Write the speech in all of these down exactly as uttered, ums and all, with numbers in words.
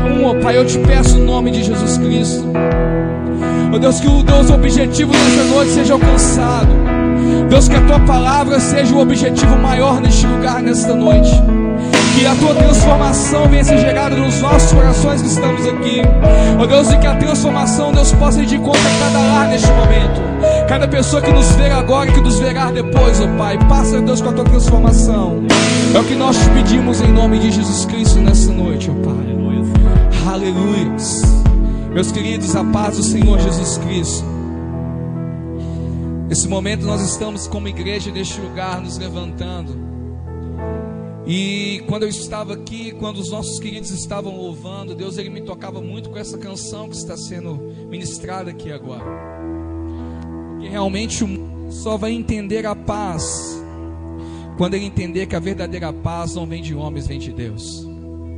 um, ó Pai, eu te peço em nome de Jesus Cristo. Ó Deus, que o Deus, o objetivo dessa noite seja alcançado. Deus, que a tua palavra seja o objetivo maior neste lugar, nesta noite. Que a tua transformação venha ser gerada nos nossos corações que estamos aqui. Ó Deus, e que a transformação, Deus, possa ir de conta a cada lar neste momento. Cada pessoa que nos vê agora e que nos verá depois, ó Pai, passa, Deus, com a tua transformação. É o que nós te pedimos em nome de Jesus Cristo nessa noite, ó Pai. Aleluia. Meus queridos, a paz do Senhor Jesus Cristo. Nesse momento nós estamos como igreja neste lugar nos levantando. E quando eu estava aqui, quando os nossos queridos estavam louvando, Deus, Ele me tocava muito com essa canção que está sendo ministrada aqui agora. Porque realmente o mundo só vai entender a paz quando ele entender que a verdadeira paz não vem de homens, vem de Deus.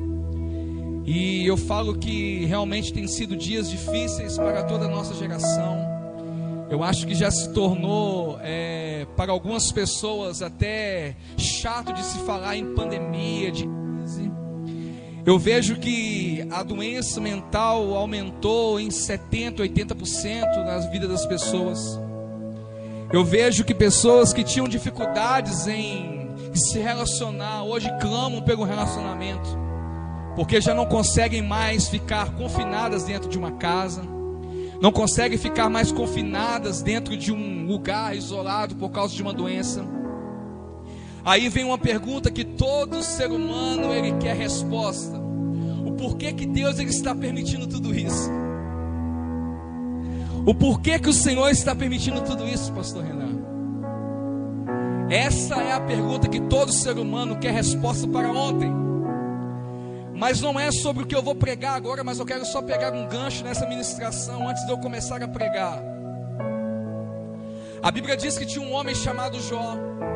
E eu falo que realmente tem sido dias difíceis para toda a nossa geração. Eu acho que já se tornou é, para algumas pessoas até chato de se falar em pandemia, de crise. Eu vejo que a doença mental aumentou em setenta por cento, oitenta por cento na vida das pessoas. Eu vejo que pessoas que tinham dificuldades em se relacionar, hoje clamam pelo relacionamento, porque já não conseguem mais ficar confinadas dentro de uma casa, não conseguem ficar mais confinadas dentro de um lugar isolado por causa de uma doença. Aí vem uma pergunta que todo ser humano ele quer resposta: o porquê que Deus ele está permitindo tudo isso? O porquê que o Senhor está permitindo tudo isso, pastor Renan? Essa é a pergunta que todo ser humano quer resposta para ontem. Mas não é sobre o que eu vou pregar agora, mas eu quero só pegar um gancho nessa ministração antes de eu começar a pregar. A Bíblia diz que tinha um homem chamado Jó,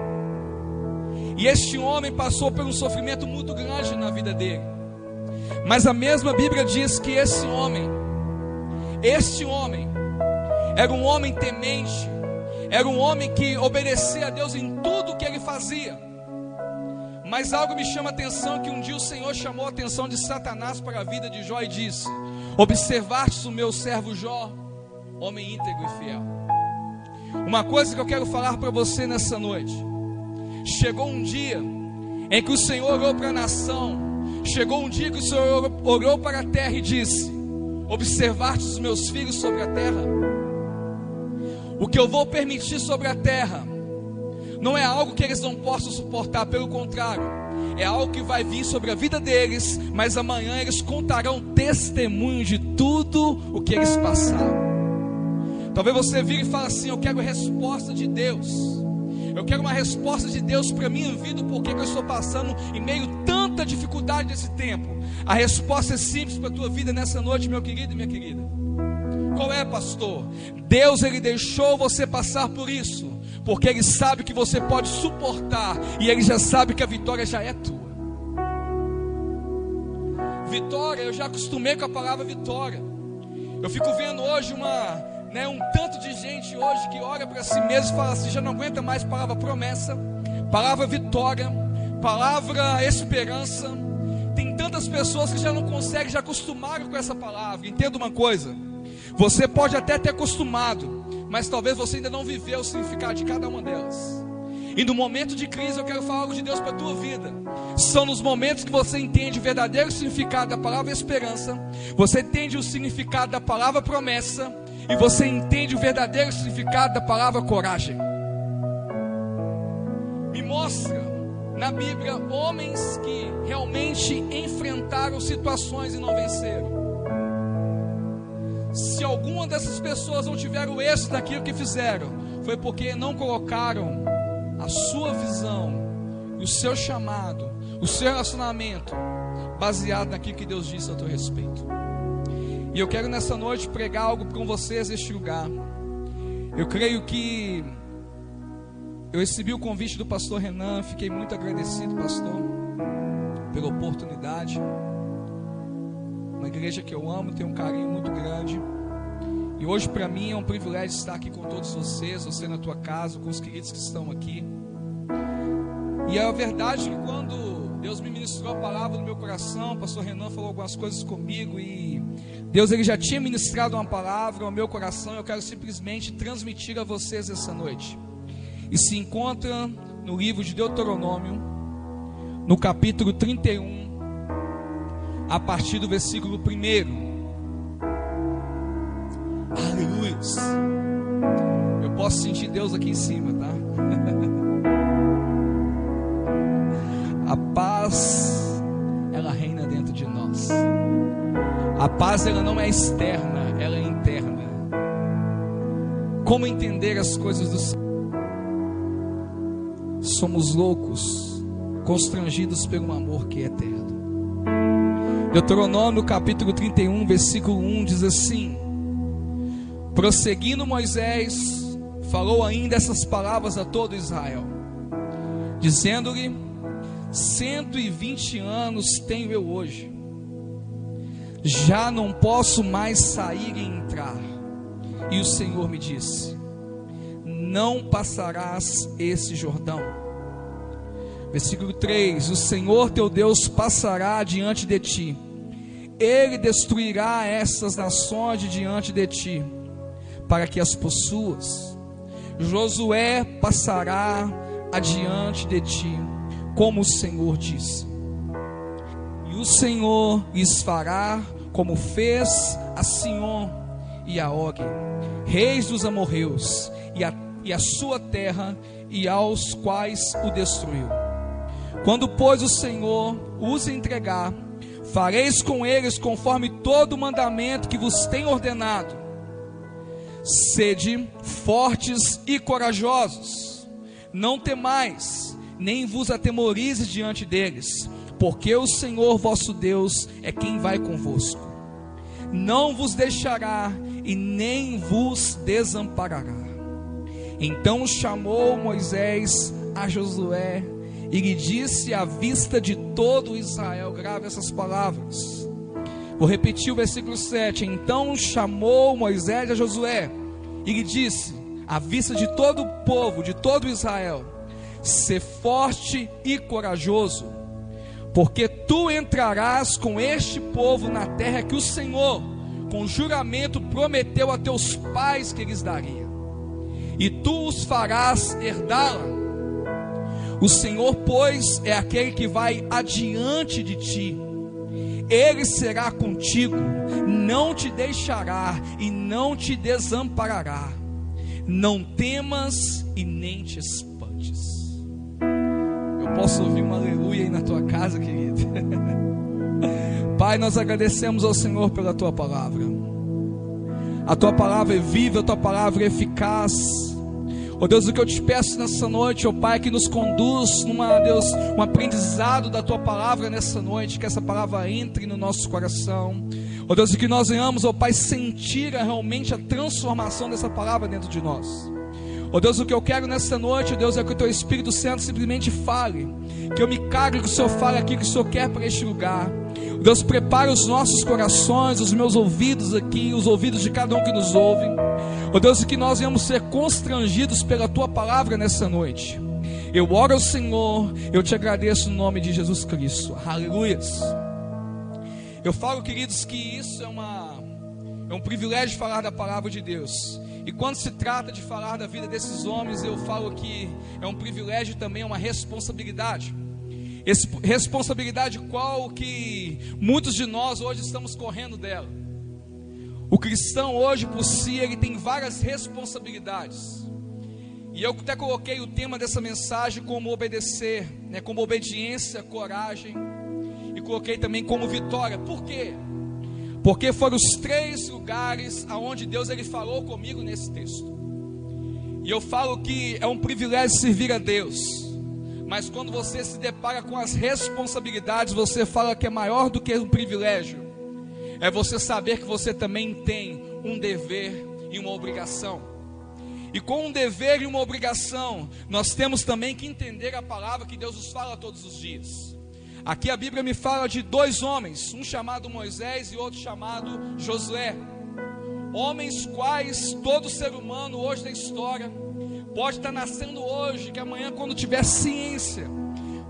e este homem passou por um sofrimento muito grande na vida dele. Mas a mesma Bíblia diz que esse homem, este homem, era um homem temente, era um homem que obedecia a Deus em tudo que ele fazia. Mas algo me chama a atenção, que um dia o Senhor chamou a atenção de Satanás para a vida de Jó e disse: observaste o meu servo Jó, homem íntegro e fiel. Uma coisa que eu quero falar para você nessa noite: chegou um dia em que o Senhor olhou para a nação, chegou um dia que o Senhor olhou para a terra e disse: observaste os meus filhos sobre a terra? O que eu vou permitir sobre a terra não é algo que eles não possam suportar, pelo contrário, é algo que vai vir sobre a vida deles, mas amanhã eles contarão testemunho de tudo o que eles passaram. Talvez você vire e fale assim: eu quero resposta de Deus, eu quero uma resposta de Deus para a minha vida, porque que eu estou passando em meio a tanta dificuldade nesse tempo. A resposta é simples para a tua vida nessa noite, meu querido e minha querida. Qual é, pastor? Deus ele deixou você passar por isso porque Ele sabe que você pode suportar, e Ele já sabe que a vitória já é tua. Vitória, eu já acostumei com a palavra vitória. Eu fico vendo hoje uma, né, um tanto de gente hoje que olha para si mesmo e fala assim: já não aguenta mais palavra promessa, palavra vitória, palavra esperança. Tem tantas pessoas que já não conseguem, já acostumaram com essa palavra. Entenda uma coisa: você pode até ter acostumado, mas talvez você ainda não viveu o significado de cada uma delas. E no momento de crise eu quero falar algo de Deus para a tua vida. São nos momentos que você entende o verdadeiro significado da palavra esperança, você entende o significado da palavra promessa, e você entende o verdadeiro significado da palavra coragem. Me mostra na Bíblia homens que realmente enfrentaram situações e não venceram. Se alguma dessas pessoas não tiveram êxito naquilo que fizeram, foi porque não colocaram a sua visão, o seu chamado, o seu relacionamento baseado naquilo que Deus disse a teu respeito. E eu quero nessa noite pregar algo com vocês neste lugar. Eu creio que eu recebi o convite do pastor Renan, fiquei muito agradecido, pastor, pela oportunidade. Uma igreja que eu amo, tenho um carinho muito grande. E hoje para mim é um privilégio estar aqui com todos vocês, você na tua casa, com os queridos que estão aqui. E é a verdade que quando Deus me ministrou a palavra no meu coração. O pastor Renan falou algumas coisas comigo e Deus ele já tinha ministrado uma palavra ao meu coração. Eu quero simplesmente transmitir a vocês essa noite. E se encontra no livro de Deuteronômio, no capítulo trinta e um, a partir do versículo primeiro. Aleluia. Eu posso sentir Deus aqui em cima, tá? A paz, ela reina dentro de nós. A paz, ela não é externa, ela é interna. Como entender as coisas do Senhor? Somos loucos, constrangidos pelo amor que é eterno. Deuteronômio capítulo trinta e um, versículo um diz assim: prosseguindo Moisés, falou ainda essas palavras a todo Israel, dizendo-lhe: cento e vinte anos tenho eu hoje, já não posso mais sair e entrar. E o Senhor me disse: não passarás esse Jordão. Versículo três: o Senhor teu Deus passará diante de ti, Ele destruirá essas nações de diante de ti, para que as possuas. Josué passará adiante de ti, como o Senhor disse. E o Senhor lhes fará como fez a Sión e a Og, reis dos amorreus, e a, e a sua terra, e aos quais o destruiu. Quando, pois, o Senhor os entregar, fareis com eles conforme todo o mandamento que vos tem ordenado. Sede fortes e corajosos, não temais, nem vos atemorizes diante deles, porque o Senhor vosso Deus é quem vai convosco. Não vos deixará e nem vos desamparará. Então chamou Moisés a Josué e lhe disse à vista de todo Israel, grave essas palavras. Vou repetir o versículo sete. Então chamou Moisés a Josué e lhe disse à vista de todo o povo, de todo Israel: sê forte e corajoso, porque tu entrarás com este povo na terra que o Senhor, com juramento, prometeu a teus pais que lhes daria, e tu os farás herdá-la. O Senhor, pois, é aquele que vai adiante de ti. Ele será contigo, não te deixará e não te desamparará. Não temas e nem te espantes. Eu posso ouvir um aleluia aí na tua casa, querido? Pai, nós agradecemos ao Senhor pela tua palavra. A tua palavra é viva, a tua palavra é eficaz. Ó Deus, o que eu te peço nessa noite, ó Pai, que nos conduz numa, Deus, um aprendizado da tua palavra nessa noite, que essa palavra entre no nosso coração. Ó Deus, e que nós venhamos, ó Pai, sentir realmente a transformação dessa palavra dentro de nós. Ó Deus, o que eu quero nessa noite, ó Deus, é que o teu Espírito Santo simplesmente fale, que eu me cague que o Senhor fale aqui, que o Senhor quer para este lugar. Ó Deus, prepare os nossos corações, os meus ouvidos aqui, os ouvidos de cada um que nos ouve. Ó Deus, que nós venhamos ser constrangidos pela tua palavra nessa noite. Eu oro ao Senhor, eu te agradeço no nome de Jesus Cristo. Aleluias. Eu falo, queridos, que isso é uma é um privilégio falar da palavra de Deus. E quando se trata de falar da vida desses homens, eu falo que é um privilégio também, é uma responsabilidade. Essa responsabilidade qual que muitos de nós hoje estamos correndo dela. O cristão hoje por si, ele tem várias responsabilidades. E eu até coloquei o tema dessa mensagem como obedecer, né, como obediência, coragem. E coloquei também como vitória. Por quê? Porque foram os três lugares aonde Deus ele falou comigo nesse texto. E eu falo que é um privilégio servir a Deus. Mas quando você se depara com as responsabilidades, você fala que é maior do que um privilégio. É você saber que você também tem um dever e uma obrigação. E com um dever e uma obrigação, nós temos também que entender a palavra que Deus nos fala todos os dias. Aqui a Bíblia me fala de dois homens, um chamado Moisés e outro chamado Josué. Homens quais todo ser humano hoje da história pode estar nascendo hoje, que amanhã quando tiver ciência,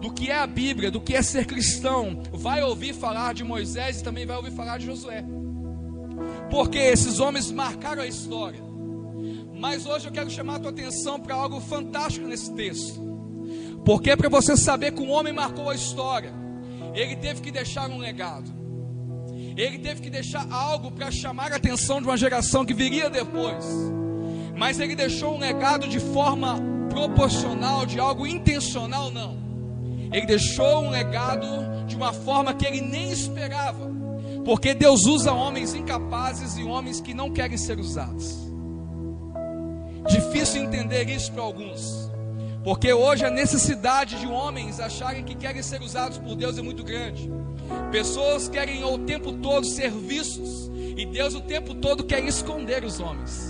do que é a Bíblia, do que é ser cristão, vai ouvir falar de Moisés e também vai ouvir falar de Josué, porque esses homens marcaram a história. Mas hoje eu quero chamar a tua atenção para algo fantástico nesse texto, porque para você saber que um homem marcou a história, ele teve que deixar um legado, ele teve que deixar algo para chamar a atenção de uma geração que viria depois. Mas ele deixou um legado de forma proporcional, de algo intencional, não. Ele deixou um legado de uma forma que ele nem esperava, porque Deus usa homens incapazes e homens que não querem ser usados. Difícil entender isso para alguns, porque hoje a necessidade de homens acharem que querem ser usados por Deus é muito grande. Pessoas querem o tempo todo ser vistos, e Deus o tempo todo quer esconder os homens.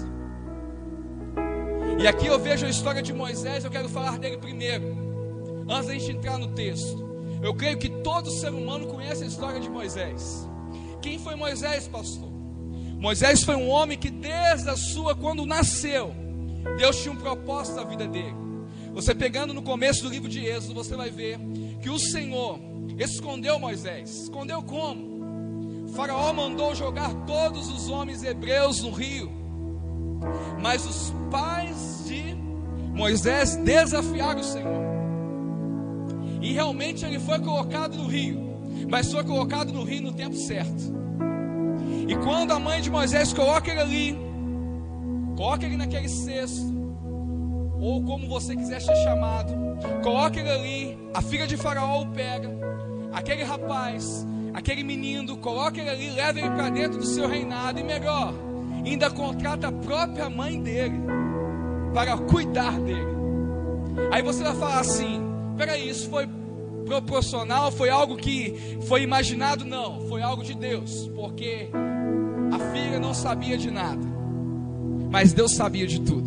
E aqui eu vejo a história de Moisés, eu quero falar dele primeiro, antes da gente entrar no texto. Eu creio que todo ser humano conhece a história de Moisés. Quem foi Moisés, pastor? Moisés foi um homem que desde a sua, quando nasceu, Deus tinha um propósito na vida dele. Você pegando no começo do livro de Êxodo, você vai ver que o Senhor escondeu Moisés. Escondeu como? Faraó mandou jogar todos os homens hebreus no rio, mas os pais de Moisés desafiaram o Senhor, e realmente ele foi colocado no rio, mas foi colocado no rio no tempo certo. E quando a mãe de Moisés coloca ele ali, coloca ele naquele cesto, ou como você quiser ser chamado, coloca ele ali, a filha de Faraó o pega, aquele rapaz, aquele menino, coloca ele ali, leva ele para dentro do seu reinado, e melhor, ainda contrata a própria mãe dele para cuidar dele. Aí você vai falar assim: peraí, isso foi proporcional? Foi algo que foi imaginado? Não, foi algo de Deus, porque a filha não sabia de nada, mas Deus sabia de tudo.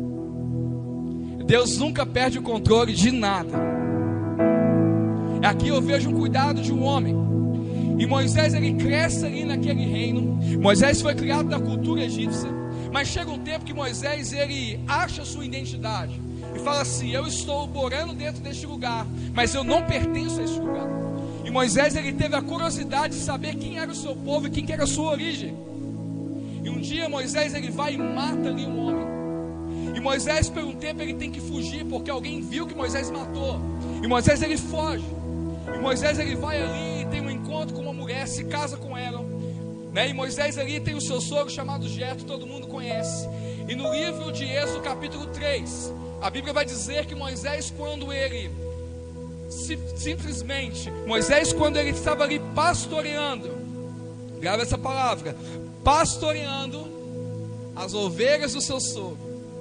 Deus nunca perde o controle de nada. Aqui eu vejo um cuidado de um homem. E Moisés, ele cresce ali naquele reino. Moisés foi criado na cultura egípcia, mas chega um tempo que Moisés, ele acha a sua identidade e fala assim: eu estou morando dentro deste lugar, mas eu não pertenço a este lugar. E Moisés, ele teve a curiosidade de saber quem era o seu povo e quem era a sua origem. E um dia Moisés, ele vai e mata ali um homem. E Moisés, por um tempo, ele tem que fugir, porque alguém viu que Moisés matou. E Moisés, ele foge. E Moisés, ele vai ali e tem um encontro com uma mulher, se casa com ela, né? E Moisés ali tem o seu sogro chamado Jetro, todo mundo conhece. E no livro de Êxodo capítulo três, a Bíblia vai dizer que Moisés, quando ele si, simplesmente, Moisés quando ele estava ali pastoreando, grava essa palavra, pastoreando as ovelhas do seu sogro,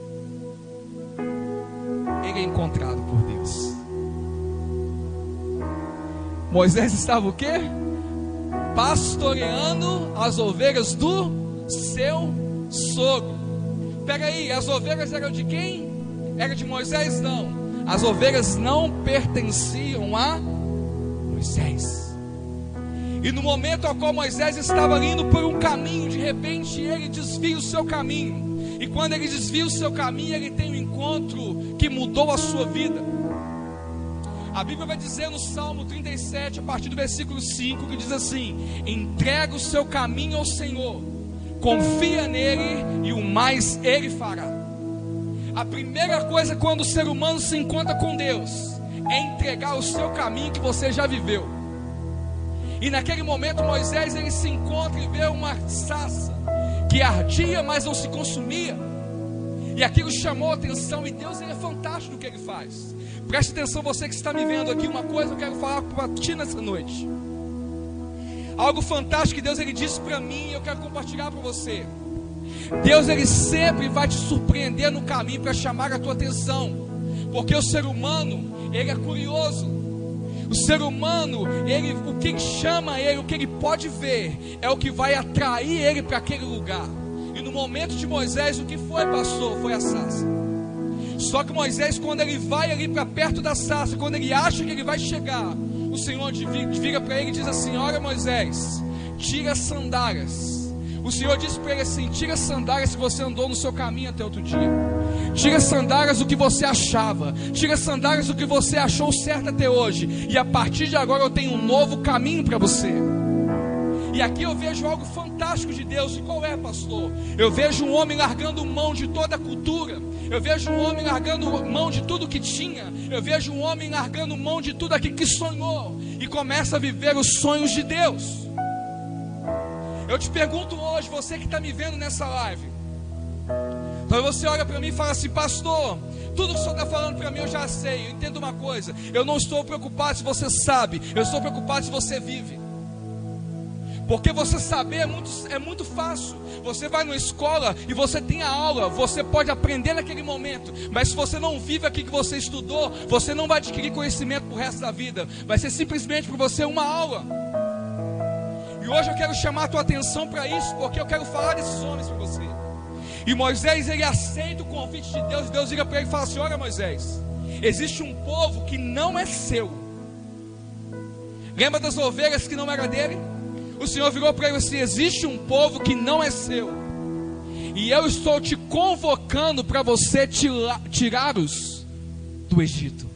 ele é encontrado por Deus. Moisés estava o quê? Pastoreando as ovelhas do seu sogro. Pega aí, as ovelhas eram de quem? Era de Moisés? Não. As ovelhas não pertenciam a Moisés. E no momento ao qual Moisés estava indo por um caminho, de repente ele desvia o seu caminho. E quando ele desvia o seu caminho, ele tem um encontro que mudou a sua vida. A Bíblia vai dizer no Salmo trinta e sete, a partir do versículo cinco, que diz assim: entrega o seu caminho ao Senhor, confia nele e o mais ele fará. A primeira coisa quando o ser humano se encontra com Deus é entregar o seu caminho que você já viveu. E naquele momento Moisés, ele se encontra e vê uma sarça que ardia, mas não se consumia. E aquilo chamou a atenção, e Deus, ele é fantástico no que ele faz. Preste atenção, você que está me vendo aqui, uma coisa eu quero falar para ti nessa noite. Algo fantástico que Deus, ele disse para mim, e eu quero compartilhar para você. Deus, ele sempre vai te surpreender no caminho para chamar a tua atenção, porque o ser humano, ele é curioso. O ser humano, ele, o que chama ele, o que ele pode ver, é o que vai atrair ele para aquele lugar. E no momento de Moisés, o que foi, pastor? Foi a sarça. Só que Moisés, quando ele vai ali para perto da sarça, quando ele acha que ele vai chegar, o Senhor vira para ele e diz assim: olha, Moisés, tira as sandálias. O Senhor disse para ele assim: tira as sandálias se você andou no seu caminho até outro dia. Tira as sandálias do que você achava. Tira as sandálias do que você achou certo até hoje. E a partir de agora eu tenho um novo caminho para você. E aqui eu vejo algo fantástico de Deus. E qual é, pastor? Eu vejo um homem largando mão de toda a cultura. Eu vejo um homem largando mão de tudo que tinha. Eu vejo um homem largando mão de tudo aquilo que sonhou. E começa a viver os sonhos de Deus. Eu te pergunto hoje, você que está me vendo nessa live. Então você olha para mim e fala assim: pastor, tudo que o senhor está falando para mim eu já sei. Eu entendo uma coisa, eu não estou preocupado se você sabe, eu estou preocupado se você vive. Porque você saber é muito, é muito fácil. Você vai numa escola e você tem a aula, você pode aprender naquele momento. Mas se você não vive aquilo que você estudou, você não vai adquirir conhecimento para o resto da vida. Vai ser simplesmente para você uma aula. E hoje eu quero chamar a tua atenção para isso, porque eu quero falar desses homens para você. E Moisés, ele aceita o convite de Deus. E Deus liga para ele e fala assim: olha, Moisés, existe um povo que não é seu. Lembra das ovelhas que não era dele? O Senhor virou para ele assim: existe um povo que não é seu, e eu estou te convocando para você tirá-los do Egito.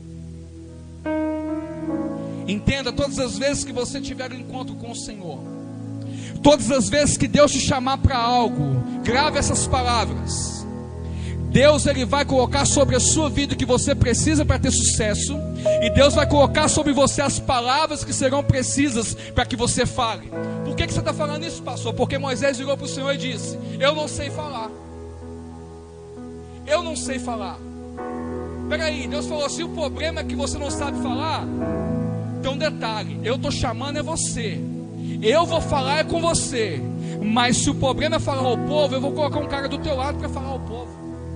Entenda, todas as vezes que você tiver um encontro com o Senhor, todas as vezes que Deus te chamar para algo, grave essas palavras. Deus, ele vai colocar sobre a sua vida o que você precisa para ter sucesso, e Deus vai colocar sobre você as palavras que serão precisas para que você fale. Por que, que você está falando isso, pastor? Porque Moisés virou para o Senhor e disse: eu não sei falar. Eu não sei falar. Peraí, Deus falou assim: o problema é que você não sabe falar. Então detalhe, eu estou chamando é você. Eu vou falar é com você. Mas se o problema é falar ao povo, eu vou colocar um cara do teu lado para falar ao povo.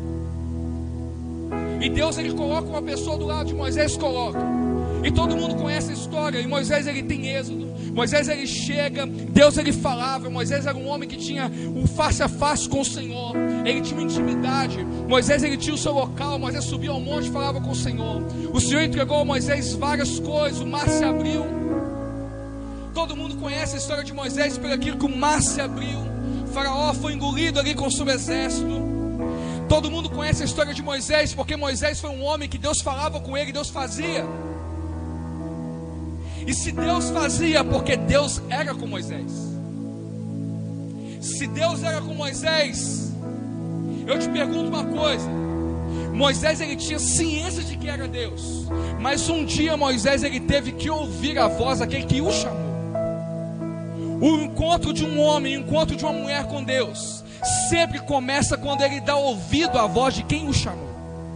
E Deus, ele coloca uma pessoa do lado de Moisés, coloca. E todo mundo conhece a história. E Moisés, ele tem êxodo. Moisés, ele chega. Deus, ele falava. Moisés era um homem que tinha o face a face com o Senhor. Ele tinha uma intimidade. Moisés, ele tinha o seu local. Moisés subia ao monte e falava com o Senhor. O Senhor entregou a Moisés várias coisas. O mar se abriu. Todo mundo conhece a história de Moisés por aquilo que o mar se abriu. O faraó foi engolido ali com o seu exército. Todo mundo conhece a história de Moisés, porque Moisés foi um homem que Deus falava com ele, Deus fazia. E se Deus fazia, porque Deus era com Moisés. Se Deus era com Moisés, eu te pergunto uma coisa. Moisés, ele tinha ciência de que era Deus, mas um dia Moisés, ele teve que ouvir a voz daquele que o chamou. O encontro de um homem, o encontro de uma mulher com Deus sempre começa quando ele dá ouvido à voz de quem o chamou.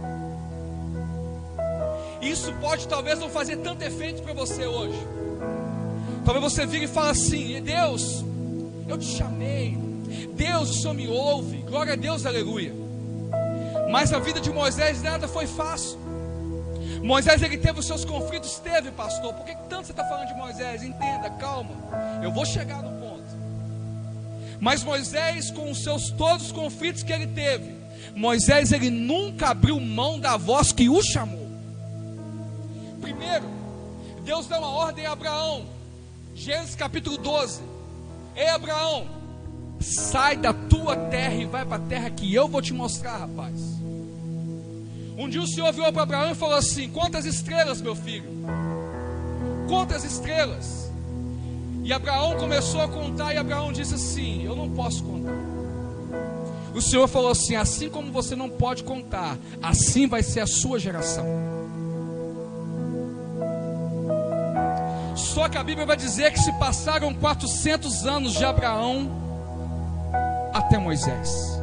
Isso pode talvez não fazer tanto efeito para você hoje. Talvez você vire e fale assim: Deus, eu te chamei. Deus, o Senhor me ouve. Glória a Deus, aleluia. Mas a vida de Moisés nada foi fácil. Moisés, ele teve os seus conflitos. Teve, pastor. Por que tanto você está falando de Moisés? Entenda, calma, eu vou chegar no ponto. Mas Moisés, com os seus todos os conflitos que ele teve, Moisés, ele nunca abriu mão da voz que o chamou. Primeiro, Deus dá uma ordem a Abraão. Gênesis capítulo doze. Ei, Abraão, sai da tua terra e vai para a terra que eu vou te mostrar, rapaz. Um dia o Senhor virou para Abraão e falou assim: quantas estrelas, meu filho? Quantas estrelas? E Abraão começou a contar, e Abraão disse assim: eu não posso contar. O Senhor falou assim: assim como você não pode contar, assim vai ser a sua geração. Só que a Bíblia vai dizer que se passaram quatrocentos anos de Abraão até Moisés.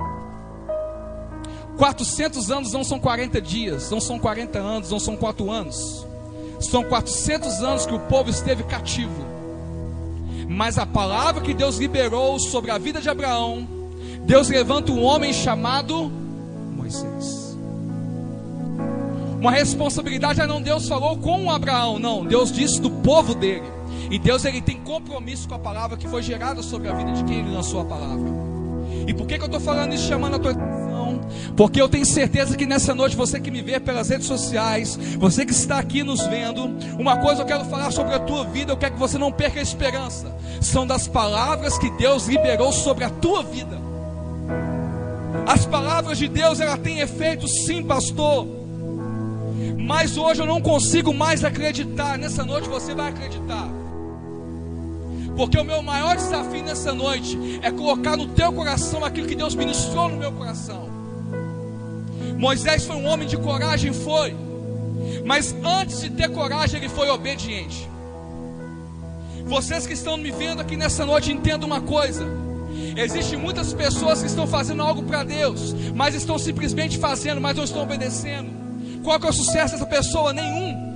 quatrocentos anos não são quarenta dias, não são quarenta anos, não são quatro anos. São quatrocentos anos que o povo esteve cativo. Mas a palavra que Deus liberou sobre a vida de Abraão, Deus levanta um homem chamado Moisés. Uma responsabilidade, ah não, Deus falou com Abraão, não, Deus disse do povo dele. E Deus, ele tem compromisso com a palavra que foi gerada sobre a vida de quem ele lançou a palavra. E por que, que eu estou falando isso, chamando a tua atenção? Porque eu tenho certeza que nessa noite, você que me vê pelas redes sociais, você que está aqui nos vendo, uma coisa eu quero falar sobre a tua vida, eu quero que você não perca a esperança. São das palavras que Deus liberou sobre a tua vida. As palavras de Deus, ela tem efeito, sim, pastor. Mas hoje eu não consigo mais acreditar. Nessa noite você vai acreditar. Porque o meu maior desafio nessa noite é colocar no teu coração aquilo que Deus ministrou no meu coração. Moisés foi um homem de coragem, foi. Mas antes de ter coragem, ele foi obediente. Vocês que estão me vendo aqui nessa noite, entendam uma coisa. Existem muitas pessoas que estão fazendo algo para Deus, mas estão simplesmente fazendo, mas não estão obedecendo. Qual que é o sucesso dessa pessoa? Nenhum.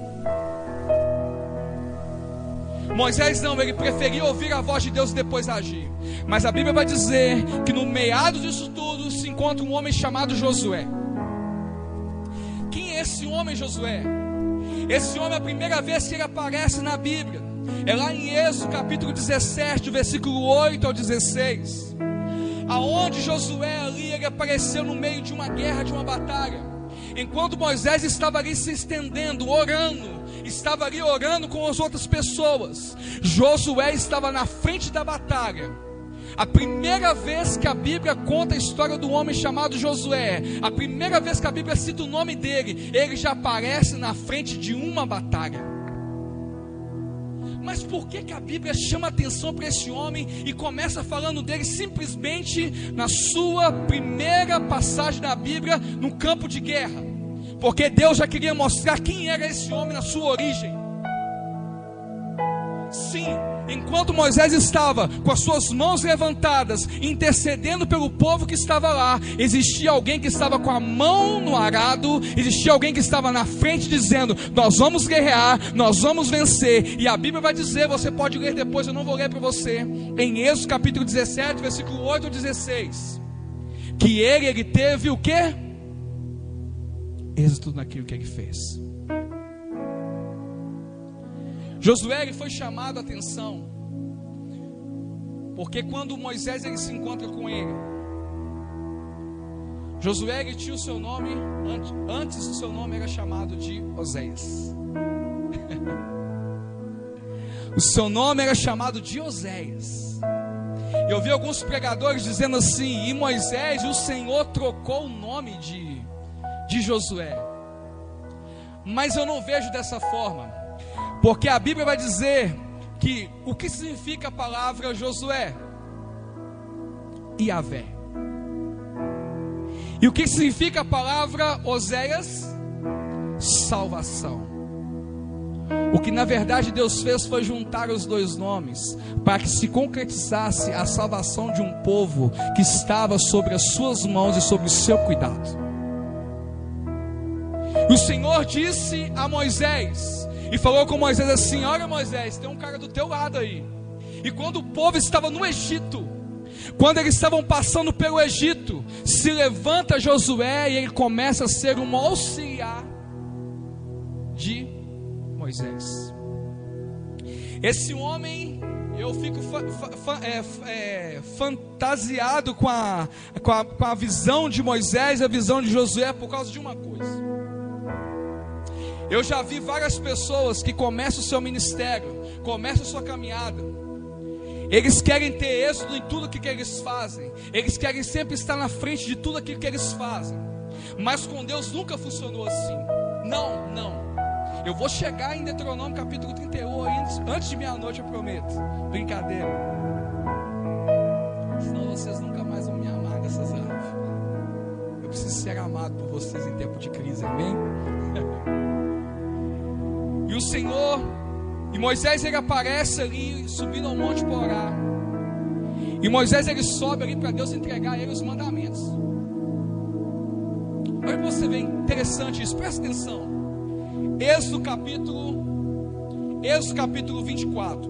Moisés não, ele preferia ouvir a voz de Deus e depois agir. Mas a Bíblia vai dizer que no meado disso tudo se encontra um homem chamado Josué. Quem é esse homem, Josué? Esse homem, a primeira vez que ele aparece na Bíblia é lá em Êxodo capítulo dezessete, do versículo oito ao dezesseis, aonde Josué ali, ele apareceu no meio de uma guerra, de uma batalha. Enquanto Moisés estava ali se estendendo, orando, estava ali orando com as outras pessoas, Josué estava na frente da batalha. A primeira vez que a Bíblia conta a história do homem chamado Josué, a primeira vez que a Bíblia cita o nome dele, ele já aparece na frente de uma batalha. Mas por que que a Bíblia chama atenção para esse homem e começa falando dele simplesmente na sua primeira passagem da Bíblia, no campo de guerra? Porque Deus já queria mostrar quem era esse homem na sua origem. Sim, enquanto Moisés estava com as suas mãos levantadas, intercedendo pelo povo que estava lá, existia alguém que estava com a mão no arado, existia alguém que estava na frente dizendo: nós vamos guerrear, nós vamos vencer. E a Bíblia vai dizer, você pode ler depois, eu não vou ler para você, em Êxodo capítulo dezessete, versículo oito ao dezesseis, que ele, ele teve o quê? Êxito naquilo que ele fez. Josué, ele foi chamado a atenção, porque quando Moisés ele se encontra com ele, Josué ele tinha o seu nome, antes, antes o seu nome era chamado de Oséias. O seu nome era chamado de Oséias. Eu vi alguns pregadores dizendo assim: e Moisés, o Senhor trocou o nome de, de Josué. Mas eu não vejo dessa forma. Porque a Bíblia vai dizer que o que significa a palavra Josué? Iavé. E o que significa a palavra Oséias? Salvação. O que na verdade Deus fez foi juntar os dois nomes, para que se concretizasse a salvação de um povo que estava sobre as suas mãos e sobre o seu cuidado. E o Senhor disse a Moisés, e falou com Moisés assim: olha Moisés, tem um cara do teu lado aí. E quando o povo estava no Egito, quando eles estavam passando pelo Egito, se levanta Josué e ele começa a ser um auxiliar de Moisés. Esse homem, eu fico fa, fa, fa, é, é, fantasiado com a, com, a, com a visão de Moisés e a visão de Josué por causa de uma coisa. Eu já vi várias pessoas que começam o seu ministério, começam a sua caminhada, eles querem ter êxito em tudo que, que eles fazem, eles querem sempre estar na frente de tudo aquilo que eles fazem, mas com Deus nunca funcionou assim. Não, não. Eu vou chegar em Deuteronômio capítulo trinta e um antes, antes de meia-noite, eu prometo. Brincadeira. Senão vocês nunca mais vão me amar dessas lives. Eu preciso ser amado por vocês em tempo de crise, amém? E o Senhor, e Moisés ele aparece ali, subindo ao monte para orar. E Moisés ele sobe ali para Deus entregar a ele os mandamentos. Olha para você ver, interessante isso, presta atenção. Êxodo capítulo, Êxodo capítulo vinte e quatro,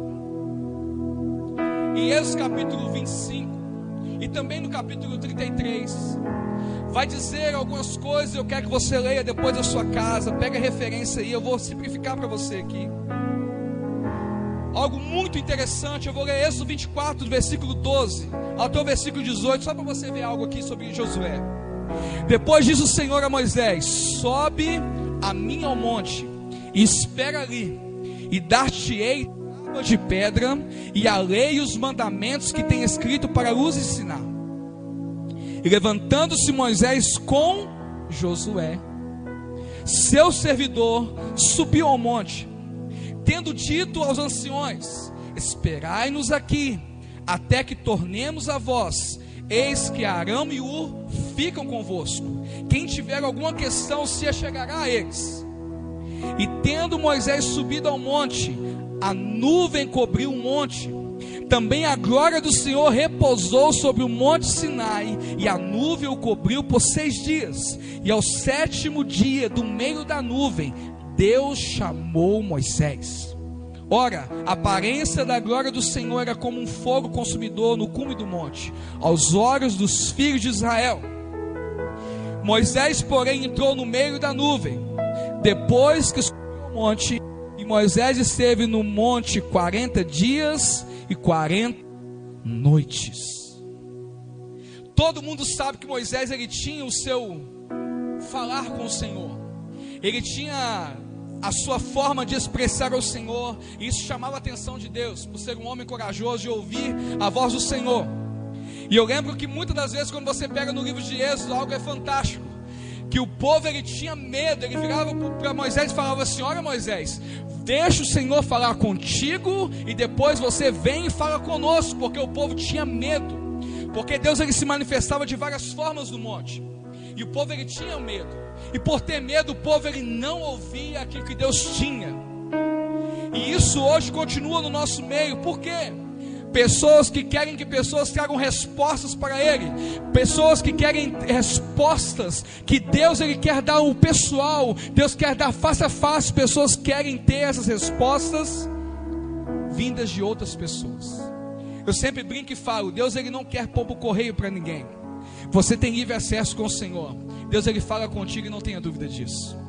e Êxodo capítulo vinte e cinco, e também no capítulo trinta e três, vai dizer algumas coisas. Eu quero que você leia depois da sua casa, pega a referência aí, eu vou simplificar para você aqui. Algo muito interessante, eu vou ler Êxodo vinte e quatro, do versículo doze até o versículo dezoito, só para você ver algo aqui sobre Josué. Depois diz o Senhor a Moisés: sobe a mim ao monte, e espera ali, e dar-te-ei tábua de pedra, e a lei e os mandamentos que tem escrito para os ensinar. E levantando-se Moisés com Josué, seu servidor, subiu ao monte, tendo dito aos anciões: esperai-nos aqui, até que tornemos a vós. Eis que Arão e Ur ficam convosco. Quem tiver alguma questão se achegará a eles. E tendo Moisés subido ao monte, a nuvem cobriu o monte. Também a glória do Senhor repousou sobre o monte Sinai, e a nuvem o cobriu por seis dias. E ao sétimo dia, do meio da nuvem, Deus chamou Moisés. Ora, a aparência da glória do Senhor era como um fogo consumidor no cume do monte, aos olhos dos filhos de Israel. Moisés, porém, entrou no meio da nuvem, depois que subiu ao monte, e Moisés esteve no monte quarenta dias e quarenta noites. Todo mundo sabe que Moisés, ele tinha o seu falar com o Senhor, ele tinha a sua forma de expressar ao Senhor, e isso chamava a atenção de Deus, por ser um homem corajoso de ouvir a voz do Senhor. E eu lembro que muitas das vezes, quando você pega no livro de Êxodo, algo é fantástico, que o povo, ele tinha medo, ele virava para Moisés e falava assim: olha Moisés, deixa o Senhor falar contigo, e depois você vem e fala conosco, porque o povo tinha medo, porque Deus, ele se manifestava de várias formas no monte, e o povo, ele tinha medo, e por ter medo, o povo, ele não ouvia aquilo que Deus tinha. E isso hoje continua no nosso meio. Por quê? Pessoas que querem que pessoas tragam respostas para ele, pessoas que querem respostas que Deus, ele quer dar ao pessoal, Deus quer dar face a face. Pessoas querem ter essas respostas vindas de outras pessoas. Eu sempre brinco e falo: Deus, ele não quer pôr o correio para ninguém. Você tem livre acesso com o Senhor. Deus, ele fala contigo, e não tenha dúvida disso.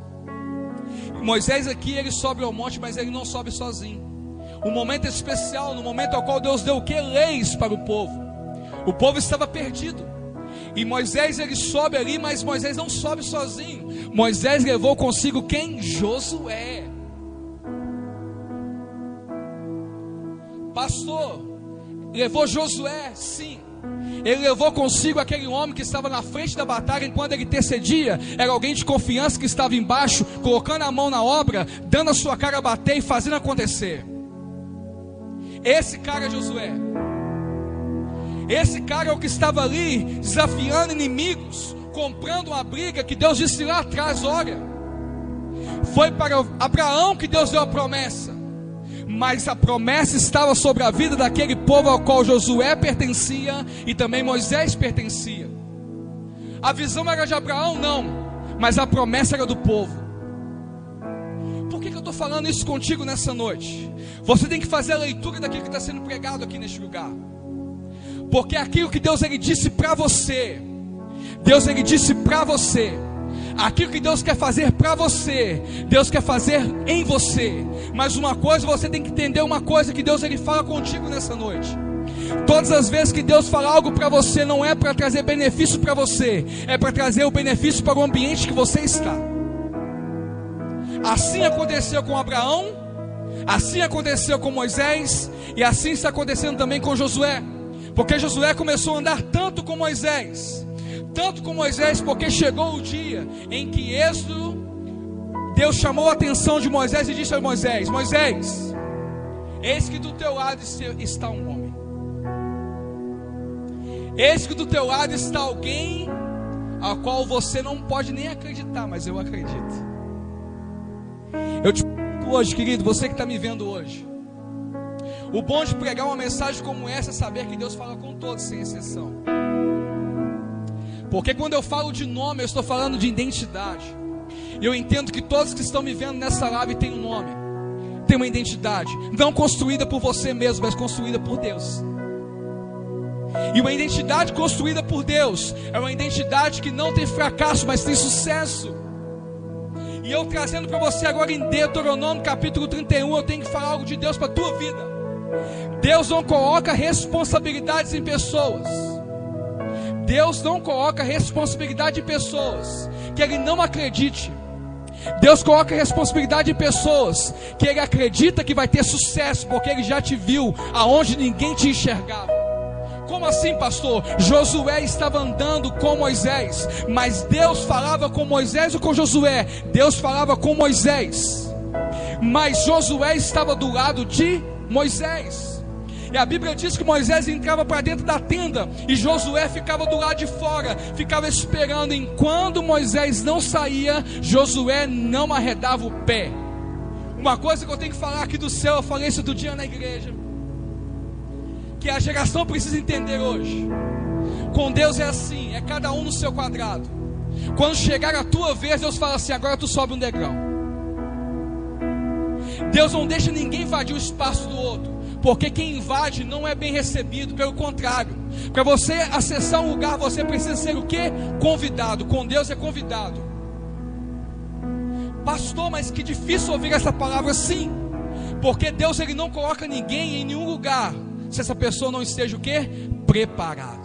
Moisés aqui, ele sobe ao monte, mas ele não sobe sozinho. Um momento especial, no momento ao qual Deus deu o que? Leis para o povo. O povo estava perdido, e Moisés, ele sobe ali, mas Moisés não sobe sozinho. Moisés levou consigo quem? Josué. Pastor, levou Josué? Sim. Ele levou consigo aquele homem que estava na frente da batalha, enquanto ele intercedia. Era alguém de confiança que estava embaixo, colocando a mão na obra, dando a sua cara a bater e fazendo acontecer. Esse cara é Josué. Esse cara é o que estava ali desafiando inimigos, comprando uma briga que Deus disse lá atrás: olha, foi para Abraão que Deus deu a promessa, mas a promessa estava sobre a vida daquele povo ao qual Josué pertencia e também Moisés pertencia. A visão era de Abraão? Não, mas a promessa era do povo. Por que que eu estou falando isso contigo nessa noite? Você tem que fazer a leitura daquilo que está sendo pregado aqui neste lugar, porque aquilo que Deus, ele disse para você, Deus, ele disse para você, aquilo que Deus quer fazer para você, Deus quer fazer em você. Mas uma coisa, você tem que entender uma coisa, que Deus, ele fala contigo nessa noite. Todas as vezes que Deus fala algo para você, não é para trazer benefício para você, é para trazer o benefício para o ambiente que você está. Assim aconteceu com Abraão, assim aconteceu com Moisés, e assim está acontecendo também com Josué. Porque Josué começou a andar tanto com Moisés, tanto com Moisés, porque chegou o dia em que Êxodo, Deus chamou a atenção de Moisés e disse a Moisés: Moisés, eis que do teu lado está um homem, eis que do teu lado está alguém ao qual você não pode nem acreditar, mas eu acredito. Eu te pergunto hoje, querido, você que está me vendo hoje, o bom de pregar uma mensagem como essa é saber que Deus fala com todos, sem exceção. Porque quando eu falo de nome, eu estou falando de identidade. E eu entendo que todos que estão me vendo nessa live têm um nome, têm uma identidade, não construída por você mesmo, mas construída por Deus. E uma identidade construída por Deus é uma identidade que não tem fracasso, mas tem sucesso. E eu trazendo para você agora em Deuteronômio capítulo trinta e um, eu tenho que falar algo de Deus para a tua vida. Deus não coloca responsabilidades em pessoas. Deus não coloca responsabilidade em pessoas que Ele não acredite. Deus coloca responsabilidade em pessoas que Ele acredita que vai ter sucesso, porque Ele já te viu aonde ninguém te enxergava. Como assim, pastor? Josué estava andando com Moisés, mas Deus falava com Moisés ou com Josué? Deus falava com Moisés, mas Josué estava do lado de Moisés. E a Bíblia diz que Moisés entrava para dentro da tenda e Josué ficava do lado de fora, ficava esperando. Enquanto Moisés não saía, Josué não arredava o pé. Uma coisa que eu tenho que falar aqui do céu, eu falei isso outro dia na igreja, que a geração precisa entender hoje. Com Deus é assim, é cada um no seu quadrado. Quando chegar a tua vez, Deus fala assim: agora tu sobe um degrau. Deus não deixa ninguém invadir o espaço do outro, porque quem invade não é bem recebido. Pelo contrário, para você acessar um lugar, você precisa ser o quê? Convidado. Com Deus é convidado. Pastor, mas que difícil ouvir essa palavra. Sim, porque Deus ele não coloca ninguém em nenhum lugar se essa pessoa não esteja o quê? Preparado.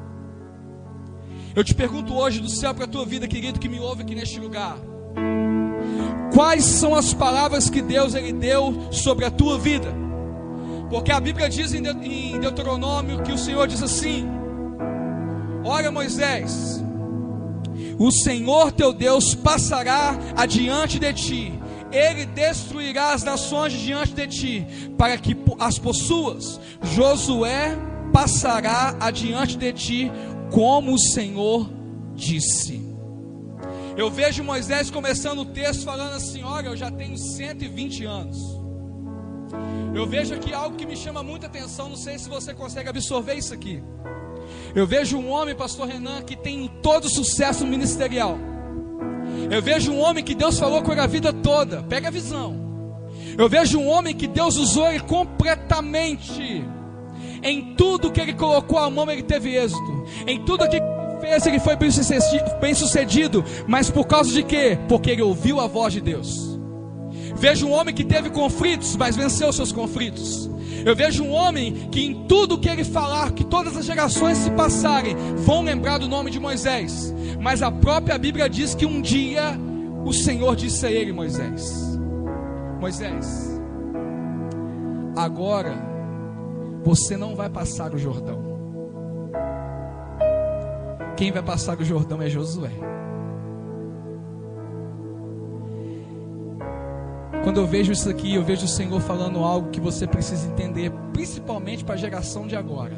Eu te pergunto hoje do céu para a tua vida, querido, que me ouve aqui neste lugar: quais são as palavras que Deus ele deu sobre a tua vida? Porque a Bíblia diz em Deuteronômio que o Senhor diz assim: olha, Moisés, o Senhor teu Deus passará adiante de ti, Ele destruirá as nações diante de ti, para que as possuas. Josué passará adiante de ti, como o Senhor disse. Eu vejo Moisés começando o texto falando assim: olha, eu já tenho cento e vinte anos. Eu vejo aqui algo que me chama muita atenção, não sei se você consegue absorver isso aqui. Eu vejo um homem, pastor Renan, que tem todo sucesso ministerial. Eu vejo um homem que Deus falou com ele a vida toda. Pega a visão. Eu vejo um homem que Deus usou ele completamente. Em tudo que ele colocou a mão, ele teve êxito. Em tudo que ele fez, ele foi bem sucedido. Mas por causa de quê? Porque ele ouviu a voz de Deus. Vejo um homem que teve conflitos, mas venceu seus conflitos. Eu vejo um homem que em tudo que ele falar, que todas as gerações se passarem, vão lembrar do nome de Moisés. Mas a própria Bíblia diz que um dia o Senhor disse a ele: Moisés, Moisés, agora você não vai passar o Jordão. Quem vai passar o Jordão é Josué. Quando eu vejo isso aqui, eu vejo o Senhor falando algo que você precisa entender, principalmente para a geração de agora.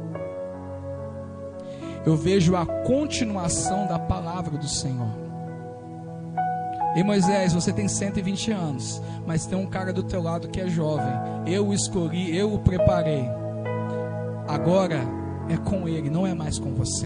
Eu vejo a continuação da palavra do Senhor. Ei, Moisés, você tem cento e vinte anos, mas tem um cara do teu lado que é jovem. Eu o escolhi, eu o preparei. Agora é com ele, não é mais com você.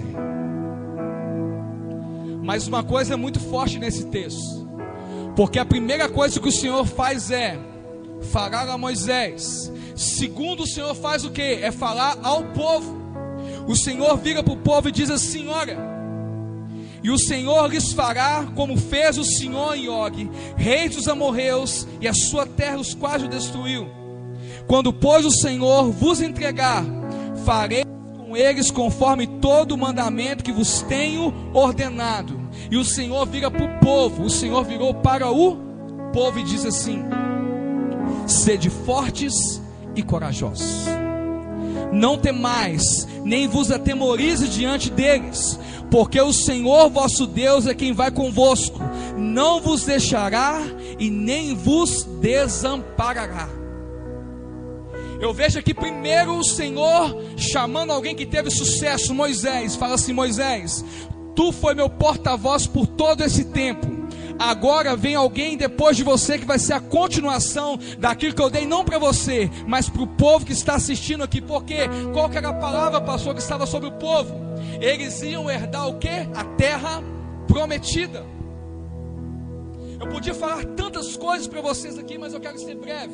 Mas uma coisa é muito forte nesse texto, porque a primeira coisa que o Senhor faz é falar a Moisés. Segundo, o Senhor faz o quê? É falar ao povo. O Senhor vira para o povo e diz assim: olha, e o Senhor lhes fará como fez o Senhor em Og, rei dos amorreus, e a sua terra os quais o destruiu. Quando, pois, o Senhor vos entregar, farei com eles conforme todo o mandamento que vos tenho ordenado. E o Senhor vira para o povo, o Senhor virou para o povo e diz assim: sede fortes e corajosos, não temais, nem vos atemorize diante deles, porque o Senhor vosso Deus é quem vai convosco, não vos deixará e nem vos desamparará. Eu vejo aqui primeiro o Senhor chamando alguém que teve sucesso, Moisés. Fala assim: Moisés, tu foi meu porta-voz por todo esse tempo. Agora vem alguém depois de você que vai ser a continuação daquilo que eu dei, não para você, mas para o povo que está assistindo aqui. Porque qual que era a palavra, pastor, que estava sobre o povo? Eles iam herdar o quê? A terra prometida. Eu podia falar tantas coisas para vocês aqui, mas eu quero ser breve.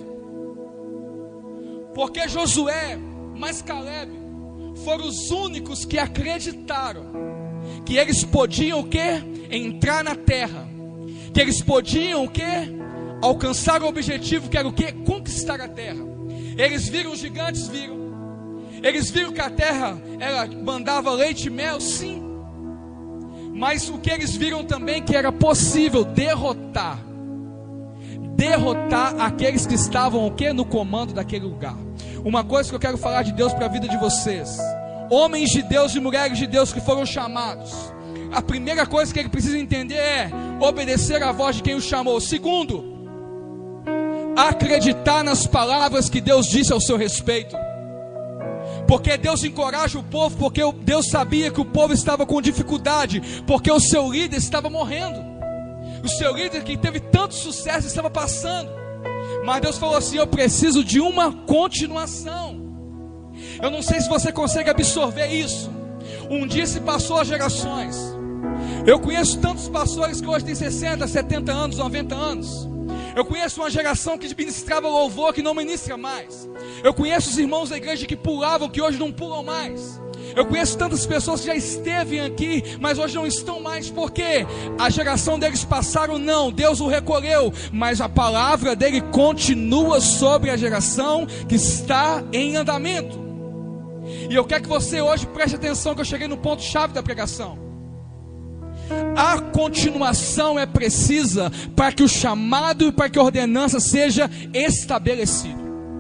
Porque Josué, mais Caleb, foram os únicos que acreditaram que eles podiam o quê? Entrar na terra, que eles podiam o quê? Alcançar o objetivo, que era o quê? Conquistar a terra. Eles viram os gigantes, viram. Eles viram que a terra ela mandava leite e mel, sim. Mas o que eles viram também, que era possível derrotar derrotar aqueles que estavam o quê? No comando daquele lugar. Uma coisa que eu quero falar de Deus para a vida de vocês: homens de Deus e mulheres de Deus que foram chamados, a primeira coisa que ele precisa entender é obedecer à voz de quem o chamou. Segundo, acreditar nas palavras que Deus disse ao seu respeito. Porque Deus encoraja o povo, porque Deus sabia que o povo estava com dificuldade, porque o seu líder estava morrendo, o seu líder que teve tanto sucesso estava passando. Mas Deus falou assim: eu preciso de uma continuação. Eu não sei se você consegue absorver isso. Um dia se passou as gerações. Eu conheço tantos pastores que hoje têm sessenta, setenta anos, noventa anos. Eu conheço uma geração que ministrava louvor que não ministra mais. Eu conheço os irmãos da igreja que pulavam, que hoje não pulam mais. Eu conheço tantas pessoas que já esteve aqui, mas hoje não estão mais. Por quê? A geração deles passaram, não, Deus o recolheu, mas a palavra dele continua sobre a geração que está em andamento. E eu quero que você hoje preste atenção, que eu cheguei no ponto chave da pregação. A continuação é precisa para que o chamado e para que a ordenança seja estabelecido.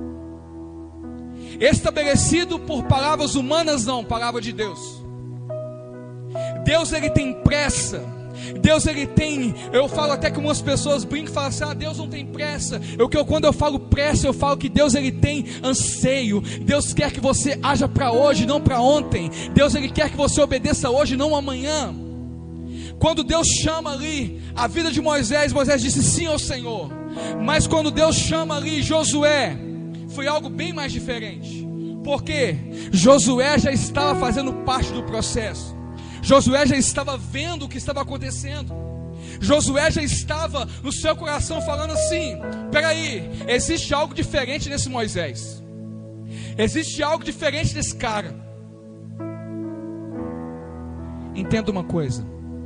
Estabelecido por palavras humanas, não, palavra de Deus. Deus, ele tem pressa. Deus, ele tem, eu falo até que algumas pessoas brincam e falam assim: ah, Deus não tem pressa. Eu, que eu, quando eu falo pressa, eu falo que Deus, ele tem anseio. Deus quer que você haja para hoje, não para ontem. Deus, ele quer que você obedeça hoje, não amanhã. Quando Deus chama ali a vida de Moisés, Moisés disse sim ao Senhor. Mas quando Deus chama ali Josué, foi algo bem mais diferente. Porque Josué já estava fazendo parte do processo. Josué já estava vendo o que estava acontecendo. Josué já estava no seu coração falando assim: peraí, existe algo diferente nesse Moisés. Existe algo diferente nesse cara. Entenda uma coisa.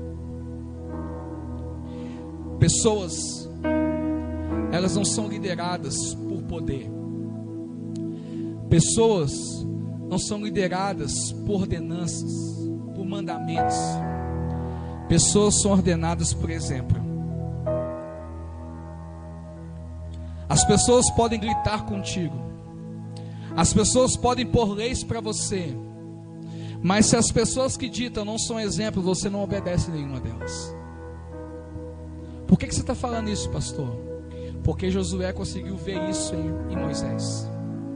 Pessoas, elas não são lideradas por poder. Pessoas não são lideradas por ordenanças, por mandamentos. Pessoas são ordenadas por exemplo. As pessoas podem gritar contigo, as pessoas podem pôr leis para você, mas se as pessoas que ditam não são exemplo, você não obedece nenhuma delas. Por que, que você está falando isso, pastor? Porque Josué conseguiu ver isso em, em Moisés.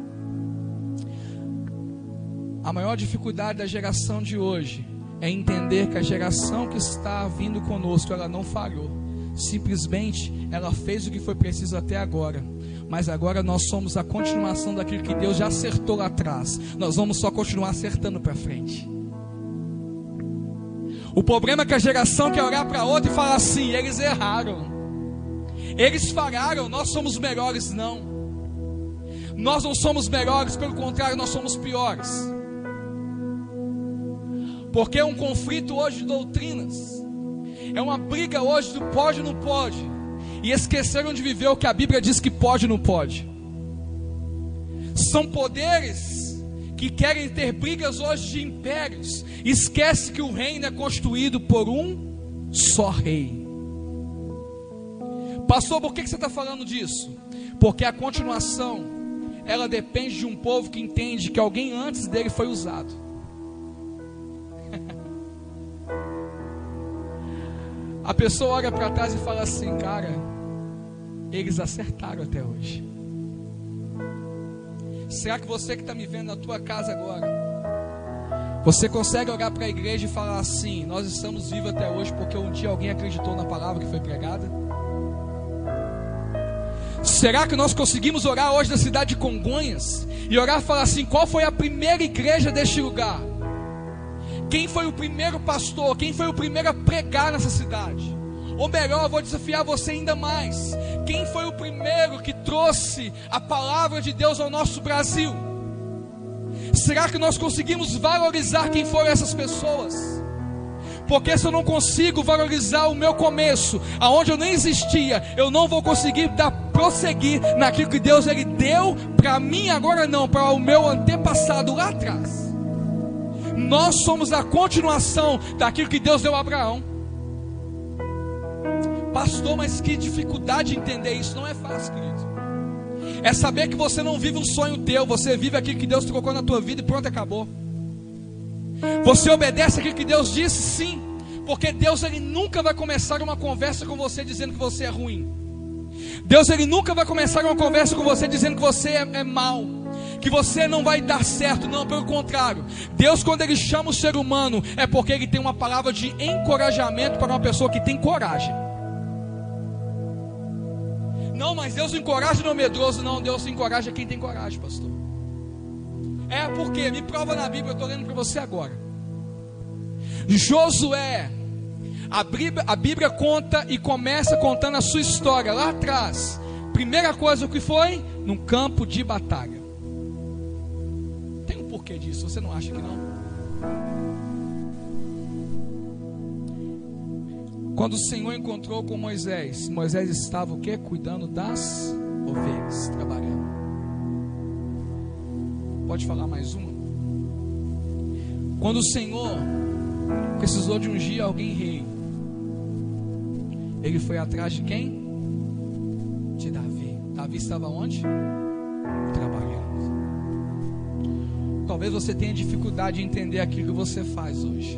A maior dificuldade da geração de hoje é entender que a geração que está vindo conosco, ela não falhou. Simplesmente ela fez o que foi preciso até agora. Mas agora nós somos a continuação daquilo que Deus já acertou lá atrás. Nós vamos só continuar acertando para frente. O problema é que a geração quer olhar para outra e falar assim: eles erraram, eles falharam, nós somos melhores. Não, nós não somos melhores, pelo contrário, nós somos piores. Porque é um conflito hoje de doutrinas, é uma briga hoje do pode ou não pode, e esqueceram de viver o que a Bíblia diz que pode e não pode. São poderes que querem ter brigas hoje de impérios. Esquece que o reino é construído por um só rei. Pastor, por que você está falando disso? Porque a continuação, ela depende de um povo que entende que alguém antes dele foi usado. A pessoa olha para trás e fala assim: cara, eles acertaram até hoje. Será que você que está me vendo na tua casa agora, você consegue olhar para a igreja e falar assim: nós estamos vivos até hoje porque um dia alguém acreditou na palavra que foi pregada? Será que nós conseguimos orar hoje na cidade de Congonhas e orar e falar assim: qual foi a primeira igreja deste lugar? Quem foi o primeiro pastor? Quem foi o primeiro a pregar nessa cidade? Ou melhor, eu vou desafiar você ainda mais: quem foi o primeiro que trouxe a palavra de Deus ao nosso Brasil? Será que nós conseguimos valorizar quem foram essas pessoas? Porque se eu não consigo valorizar o meu começo, aonde eu nem existia, eu não vou conseguir dar prosseguir naquilo que Deus ele deu para mim agora, não, para o meu antepassado lá atrás. Nós somos a continuação daquilo que Deus deu a Abraão. Pastor, mas que dificuldade de entender isso. Não é fácil, querido. É saber que você não vive um sonho teu, você vive aquilo que Deus colocou na tua vida e pronto, acabou. Você obedece aquilo que Deus disse? Sim. Porque Deus, ele nunca vai começar uma conversa com você dizendo que você é ruim. Deus, ele nunca vai começar uma conversa com você dizendo que você é, é mau, que você não vai dar certo. Não, pelo contrário. Deus, quando ele chama o ser humano, é porque ele tem uma palavra de encorajamento para uma pessoa que tem coragem. Não, mas Deus encoraja no medroso. Não, Deus encoraja quem tem coragem, pastor. É porque, me prova na Bíblia, eu estou lendo para você agora. Josué, a Bíblia, a Bíblia conta e começa contando a sua história lá atrás. Primeira coisa, o que foi? Num campo de batalha. Tem um porquê disso, você não acha que não? Quando o Senhor encontrou com Moisés, Moisés estava o quê? Cuidando das ovelhas, trabalhando. Pode falar mais uma? Quando o Senhor precisou de ungir alguém rei, ele foi atrás de quem? De Davi. Davi estava onde? Trabalhando. Talvez você tenha dificuldade de entender aquilo que você faz hoje.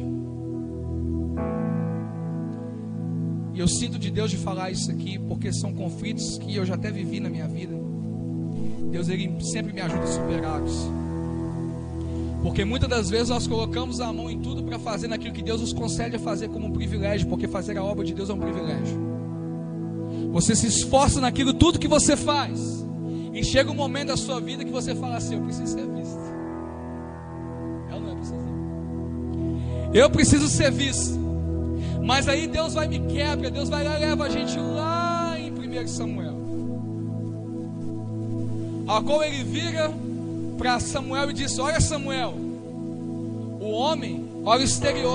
E eu sinto de Deus de falar isso aqui, porque são conflitos que eu já até vivi na minha vida. Deus, ele sempre me ajuda a superá-los. Porque muitas das vezes nós colocamos a mão em tudo para fazer naquilo que Deus nos concede a fazer como um privilégio, porque fazer a obra de Deus é um privilégio. Você se esforça naquilo tudo que você faz, e chega um momento da sua vida que você fala assim: eu preciso ser visto. Eu não é preciso. Eu preciso ser visto. Mas aí Deus vai me quebra, Deus vai lá e leva a gente lá em primeiro Samuel. A qual ele vira para Samuel e diz: olha, Samuel, o homem olha o exterior,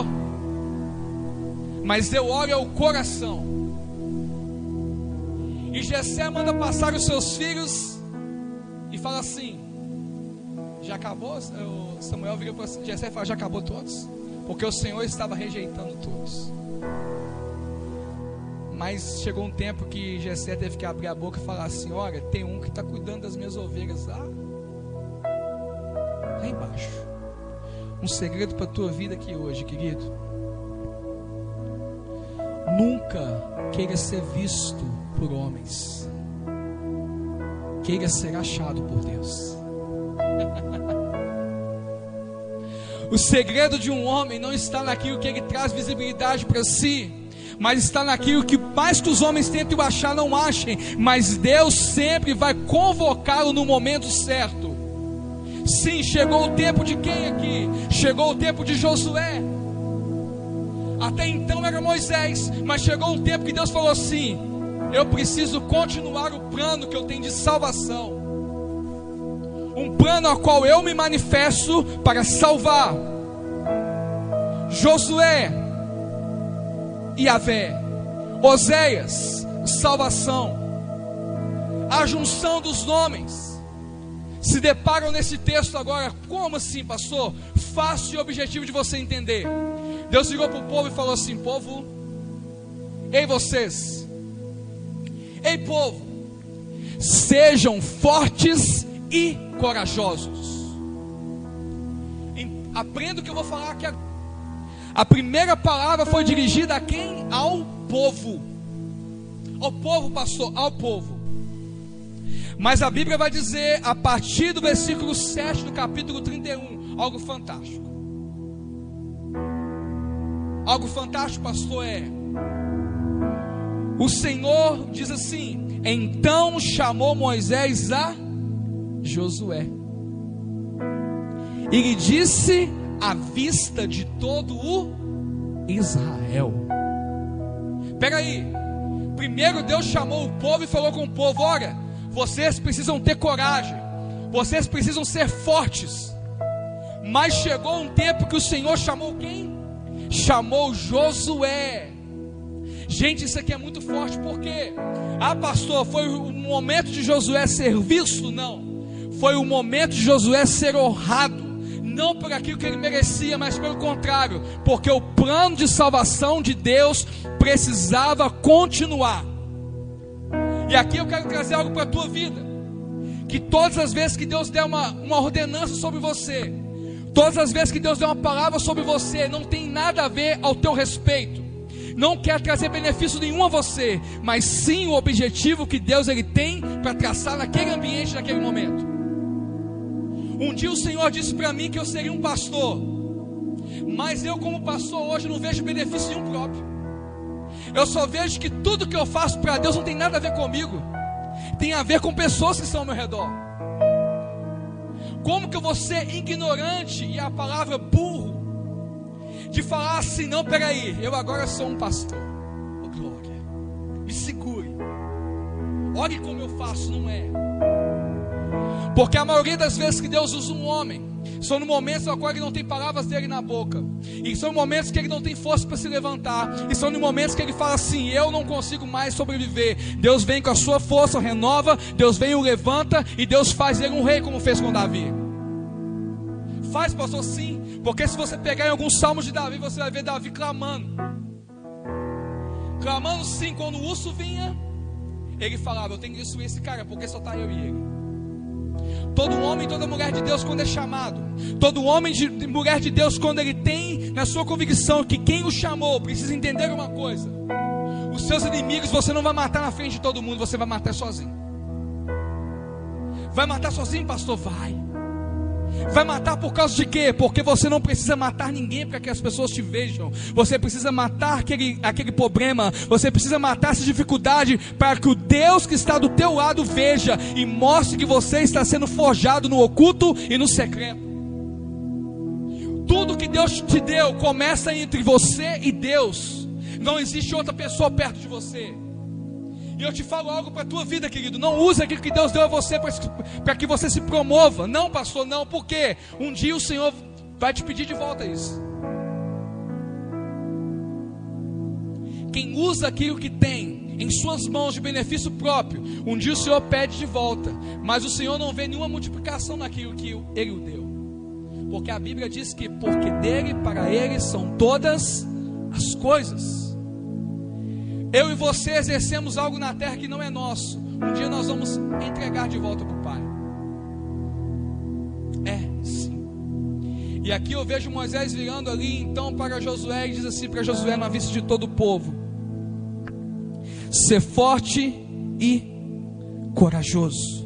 mas eu olho o coração. E Jessé manda passar os seus filhos e fala assim: já acabou? O Samuel vira para Jessé e fala: já acabou todos? Porque o Senhor estava rejeitando todos. Mas chegou um tempo que Jessé teve que abrir a boca e falar assim: olha, tem um que está cuidando das minhas ovelhas lá, lá embaixo. Um segredo para a tua vida aqui hoje, querido: nunca queira ser visto por homens, queira ser achado por Deus. O segredo de um homem não está naquilo que ele traz visibilidade para si, mas está naquilo que mais que os homens tentem achar, não achem. Mas Deus sempre vai convocá-lo no momento certo. Sim, chegou o tempo de quem aqui? Chegou o tempo de Josué. Até então era Moisés, mas chegou um tempo que Deus falou assim: eu preciso continuar o plano que eu tenho de salvação, um plano ao qual eu me manifesto para salvar. Josué, Yahvé. Oséias, salvação. A junção dos nomes se deparam nesse texto agora. Como assim, pastor? Fácil e objetivo de você entender. Deus ligou para o povo e falou assim: povo, ei vocês, ei povo, sejam fortes e corajosos. Aprenda o que eu vou falar aqui agora. A primeira palavra foi dirigida a quem? Ao povo. Ao povo, pastor, ao povo. Mas a Bíblia vai dizer, a partir do versículo sete do capítulo trinta e um, algo fantástico. Algo fantástico, pastor, é: o Senhor diz assim: então chamou Moisés a Josué e lhe disse à vista de todo o Israel. Pega aí. Primeiro Deus chamou o povo e falou com o povo: olha, vocês precisam ter coragem, vocês precisam ser fortes. Mas chegou um tempo que o Senhor chamou quem? Chamou Josué. Gente, isso aqui é muito forte. Porque, ah pastor, foi o momento de Josué ser visto? Não, foi o momento de Josué ser honrado. Não por aquilo que ele merecia, mas pelo contrário, porque o plano de salvação de Deus precisava continuar. E aqui eu quero trazer algo para a tua vida: que todas as vezes que Deus der uma, uma ordenança sobre você, Todas as vezes que Deus deu uma palavra sobre você, não tem nada a ver ao teu respeito, não quer trazer benefício nenhum a você, mas sim o objetivo que Deus ele tem para traçar naquele ambiente, naquele momento. Um dia o Senhor disse para mim que eu seria um pastor, mas eu como pastor hoje não vejo benefício nenhum próprio. Eu só vejo que tudo que eu faço para Deus não tem nada a ver comigo, tem a ver com pessoas que estão ao meu redor. Como que eu vou ser ignorante, e a palavra burro, de falar assim, não, peraí, eu agora sou um pastor. Oh, glória, me segure. Olhe como eu faço, não é? Porque a maioria das vezes que Deus usa um homem, são no momentos no qual ele não tem palavras dele na boca, e são momentos que ele não tem força para se levantar, e são no momentos que ele fala assim, eu não consigo mais sobreviver. Deus vem com a sua força, renova, Deus vem e o levanta, e Deus faz ele um rei, como fez com Davi. Faz, pastor, sim, porque se você pegar em alguns salmos de Davi, você vai ver Davi clamando, clamando sim. Quando o urso vinha, ele falava, eu tenho que destruir esse cara, porque só está eu e ele. Todo homem e toda mulher de Deus, quando é chamado, todo homem e mulher de Deus, quando ele tem na sua convicção que quem o chamou, precisa entender uma coisa: os seus inimigos você não vai matar na frente de todo mundo, você vai matar sozinho. Vai matar sozinho, pastor? Vai. Vai matar por causa de quê? Porque você não precisa matar ninguém para que as pessoas te vejam. Você precisa matar aquele, aquele problema. Você precisa matar essa dificuldade para que o Deus que está do teu lado veja e mostre que você está sendo forjado no oculto e no secreto. Tudo que Deus te deu começa entre você e Deus. Não existe outra pessoa perto de você. E eu te falo algo para a tua vida, querido. Não use aquilo que Deus deu a você para que você se promova. Não, pastor, não. Por quê? Um dia o Senhor vai te pedir de volta isso. Quem usa aquilo que tem em suas mãos de benefício próprio, um dia o Senhor pede de volta. Mas o Senhor não vê nenhuma multiplicação naquilo que Ele o deu. Porque a Bíblia diz que porque dele, para ele são todas as coisas. Eu e você exercemos algo na terra que não é nosso. Um dia nós vamos entregar de volta para o Pai. É, sim. E aqui eu vejo Moisés virando ali então para Josué e diz assim para Josué na vista de todo o povo: ser forte e corajoso,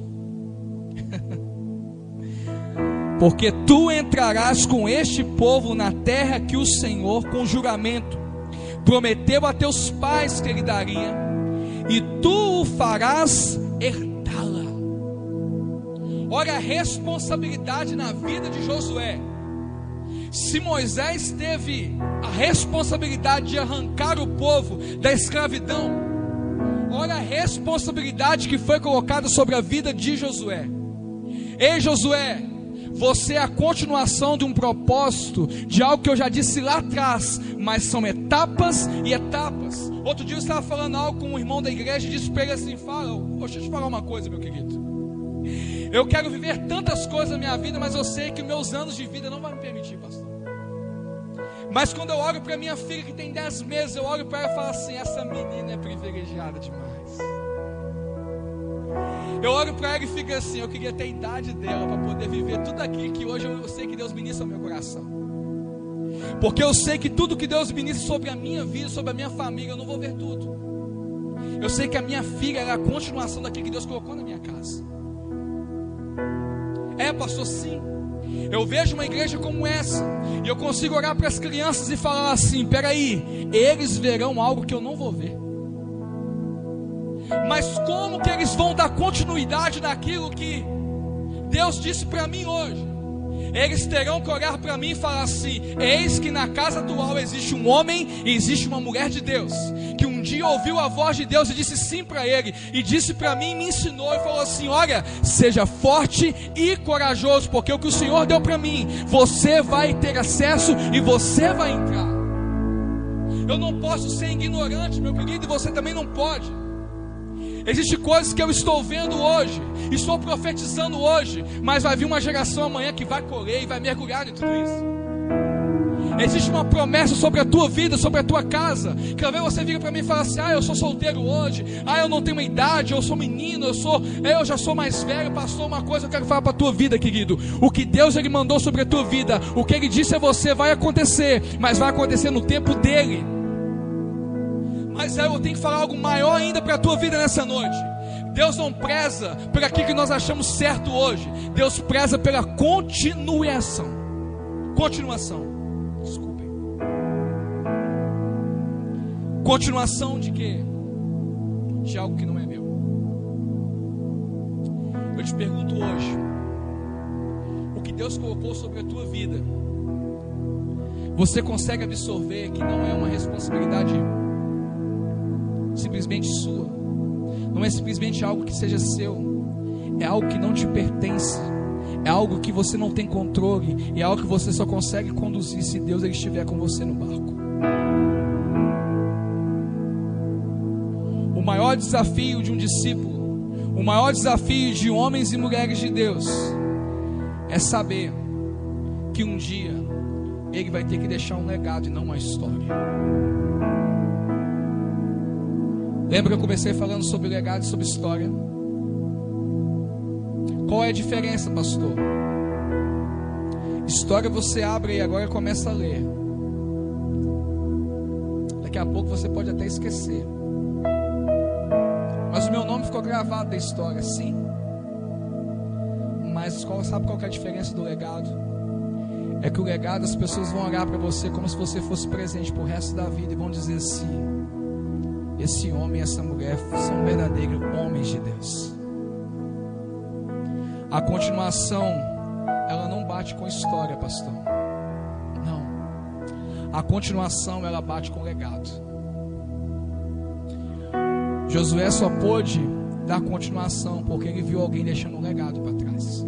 porque tu entrarás com este povo na terra que o Senhor, com juramento, prometeu a teus pais que ele daria, e tu o farás herdá-la. Olha a responsabilidade na vida de Josué. Se Moisés teve a responsabilidade de arrancar o povo da escravidão, olha a responsabilidade que foi colocada sobre a vida de Josué. Ei, Josué, você é a continuação de um propósito, de algo que eu já disse lá atrás, mas são etapas e etapas. Outro dia eu estava falando algo com um irmão da igreja e disse para ele assim: fala, deixa eu te falar uma coisa, meu querido. Eu quero viver tantas coisas na minha vida, mas eu sei que meus anos de vida não vão me permitir, pastor. Mas quando eu olho para minha filha que tem dez meses, eu olho para ela e falo assim: essa menina é privilegiada demais. Eu olho para ela e fico assim: eu queria ter a idade dela para poder viver tudo aquilo que hoje eu sei que Deus ministra no meu coração. Porque eu sei que tudo que Deus ministra sobre a minha vida, sobre a minha família, eu não vou ver tudo. Eu sei que a minha filha é a continuação daquilo que Deus colocou na minha casa. É, pastor, sim. Eu vejo uma igreja como essa e eu consigo olhar para as crianças e falar assim: peraí, eles verão algo que eu não vou ver. Mas como que eles vão dar continuidade naquilo que Deus disse para mim hoje? Eles terão que olhar para mim e falar assim: eis que na casa atual existe um homem e existe uma mulher de Deus, que um dia ouviu a voz de Deus e disse sim para ele, e disse para mim, me ensinou e falou assim: olha, seja forte e corajoso, porque o que o Senhor deu para mim, você vai ter acesso e você vai entrar. Eu não posso ser ignorante, meu querido, e você também não pode. Existem coisas que eu estou vendo hoje, estou profetizando hoje, mas vai vir uma geração amanhã que vai colher e vai mergulhar em tudo isso. Existe uma promessa sobre a tua vida, sobre a tua casa. Quer ver, você vira para mim e fala assim: ah, eu sou solteiro hoje, ah, eu não tenho uma idade, eu sou menino, eu sou, eu já sou mais velho. Pastor, uma coisa eu quero falar para a tua vida, querido. O que Deus ele mandou sobre a tua vida, o que Ele disse a você vai acontecer, mas vai acontecer no tempo dele. Mas eu tenho que falar algo maior ainda para a tua vida nessa noite. Deus não preza por aquilo que nós achamos certo hoje. Deus preza pela continuação. Continuação. Desculpem. Continuação de quê? De algo que não é meu. Eu te pergunto hoje: o que Deus colocou sobre a tua vida, você consegue absorver que não é uma responsabilidade simplesmente sua? Não é simplesmente algo que seja seu, é algo que não te pertence, é algo que você não tem controle, é algo que você só consegue conduzir se Deus ele estiver com você no barco. O maior desafio de um discípulo, o maior desafio de homens e mulheres de Deus, é saber que um dia ele vai ter que deixar um legado e não uma história. Lembra que eu comecei falando sobre legado e sobre história? Qual é a diferença, pastor? História você abre e agora começa a ler. Daqui a pouco você pode até esquecer. Mas o meu nome ficou gravado da história, sim. Mas qual, sabe qual que é a diferença do legado? É que o legado, as pessoas vão olhar para você como se você fosse presente pro resto da vida e vão dizer assim: esse homem e essa mulher são verdadeiros homens de Deus. A continuação, ela não bate com história, pastor. Não. A continuação, ela bate com legado. Josué só pôde dar continuação porque ele viu alguém deixando um legado para trás.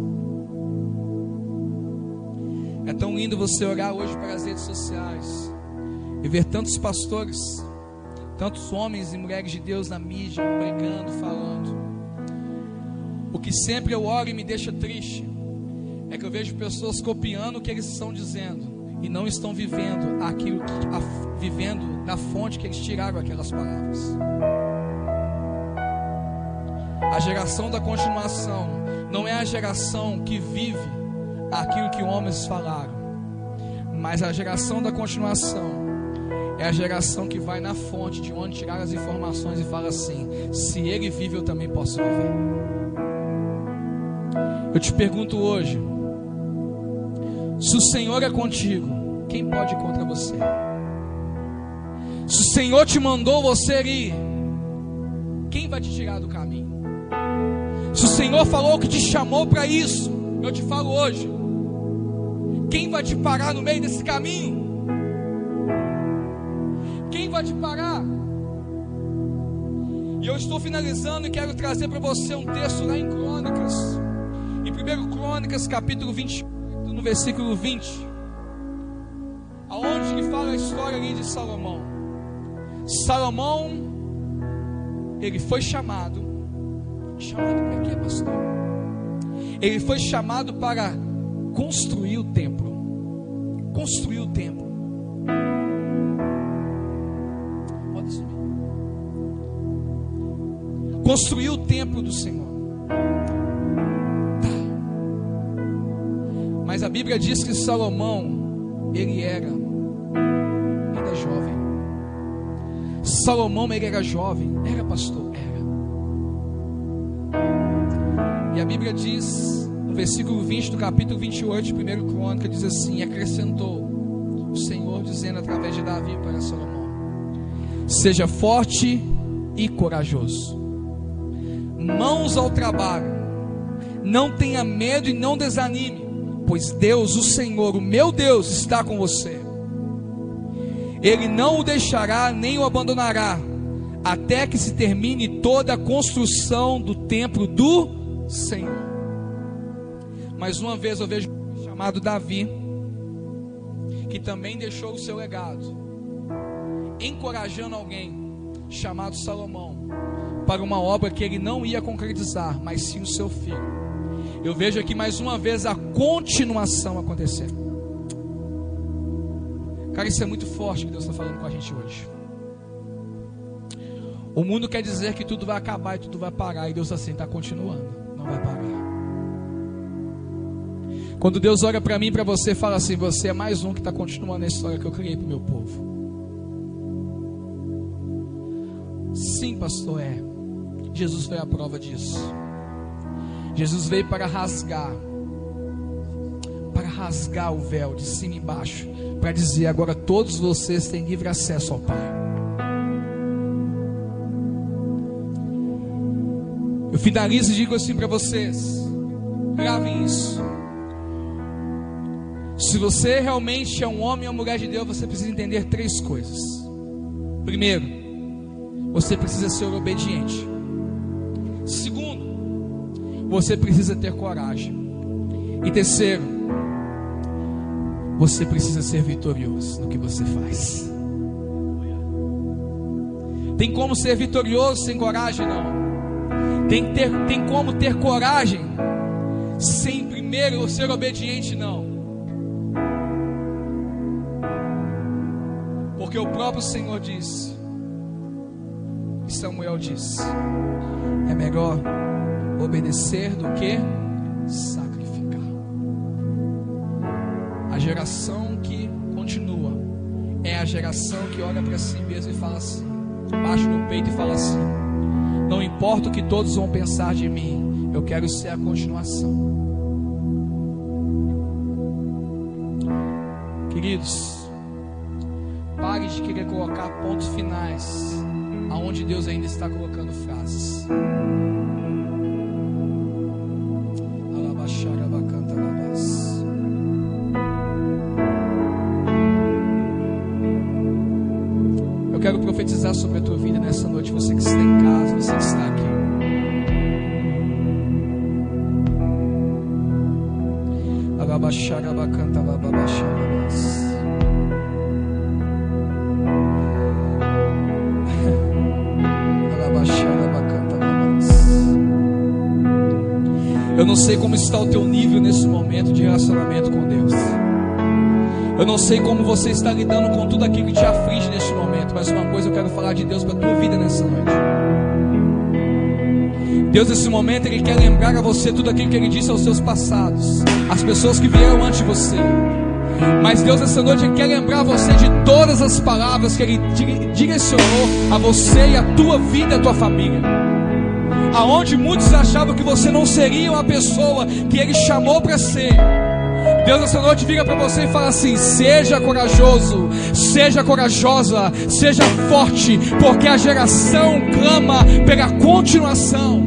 É tão lindo você olhar hoje para as redes sociais e ver tantos pastores, tantos homens e mulheres de Deus na mídia, pregando, falando. O que sempre eu oro e me deixa triste é que eu vejo pessoas copiando o que eles estão dizendo e não estão vivendo aquilo que, a, vivendo da fonte que eles tiraram aquelas palavras. A geração da continuação não é a geração que vive aquilo que homens falaram, mas a geração da continuação é a geração que vai na fonte de onde tirar as informações e fala assim: se ele vive, eu também posso viver. Eu te pergunto hoje: se o Senhor é contigo, quem pode ir contra você? Se o Senhor te mandou você ir, quem vai te tirar do caminho? Se o Senhor falou que te chamou para isso, eu te falo hoje: quem vai te parar no meio desse caminho? Quem vai te parar? E eu estou finalizando e quero trazer para você um texto lá em Crônicas, em primeiro Crônicas capítulo vinte e oito, no versículo vinte, aonde que fala a história ali de Salomão. Salomão, ele foi chamado, chamado para quê, pastor? Ele foi chamado para construir o templo, construir o templo. Pode subir. Construir o templo do Senhor. Tá. Mas a Bíblia diz que Salomão, ele era ainda jovem. Salomão, ele era jovem, era pastor, era. E a Bíblia diz, no versículo vinte do capítulo vinte e oito de primeiro Crônica, diz assim: acrescentou o Senhor dizendo através de Davi para Salomão: seja forte e corajoso, mãos ao trabalho, não tenha medo e não desanime, pois Deus, o Senhor, o meu Deus, está com você. Ele não o deixará nem o abandonará, até que se termine toda a construção do templo do Senhor. Mais uma vez eu vejo um chamado Davi, que também deixou o seu legado, encorajando alguém chamado Salomão para uma obra que ele não ia concretizar, mas sim o seu filho. Eu vejo aqui mais uma vez a continuação acontecendo. Cara, isso é muito forte que Deus está falando com a gente hoje. O mundo quer dizer que tudo vai acabar e tudo vai parar, e Deus assim está continuando, não vai parar. Quando Deus olha para mim e para você, fala assim: você é mais um que está continuando a história que eu criei para o meu povo. Sim, pastor, é. Jesus veio a prova disso. Jesus veio para rasgar, para rasgar o véu de cima e embaixo, para dizer: agora todos vocês têm livre acesso ao Pai. Eu finalizo e digo assim para vocês: gravem isso. Se você realmente é um homem ou mulher de Deus, você precisa entender três coisas. Primeiro, você precisa ser obediente. Segundo, você precisa ter coragem. E terceiro, você precisa ser vitorioso no que você faz. Tem como ser vitorioso sem coragem? Não. Tem, ter, tem como ter coragem sem primeiro ser obediente? Não. Porque o próprio Senhor disse, e Samuel disse: é melhor obedecer do que sacrificar. A geração que continua é a geração que olha para si mesmo e fala assim, baixa no peito e fala assim: não importa o que todos vão pensar de mim, eu quero ser a continuação. Queridos, pare de querer colocar pontos finais aonde Deus ainda está colocando frases. Eu quero profetizar sobre a tua vida nessa noite. Você que está em casa, você que está aqui. Eu não sei como está o teu nível nesse momento de relacionamento com Deus. Eu não sei como você está lidando com tudo aquilo que te aflige neste momento. Mas uma coisa eu quero falar de Deus para a tua vida nessa noite. Deus nesse momento Ele quer lembrar a você tudo aquilo que Ele disse aos seus passados, as pessoas que vieram antes de você. Mas Deus nessa noite Ele quer lembrar você de todas as palavras que Ele direcionou a você e a tua vida e a tua família. Aonde muitos achavam que você não seria uma pessoa que Ele chamou para ser, Deus nessa noite vira para você e fala assim: seja corajoso, seja corajosa, seja forte, porque a geração clama pela continuação.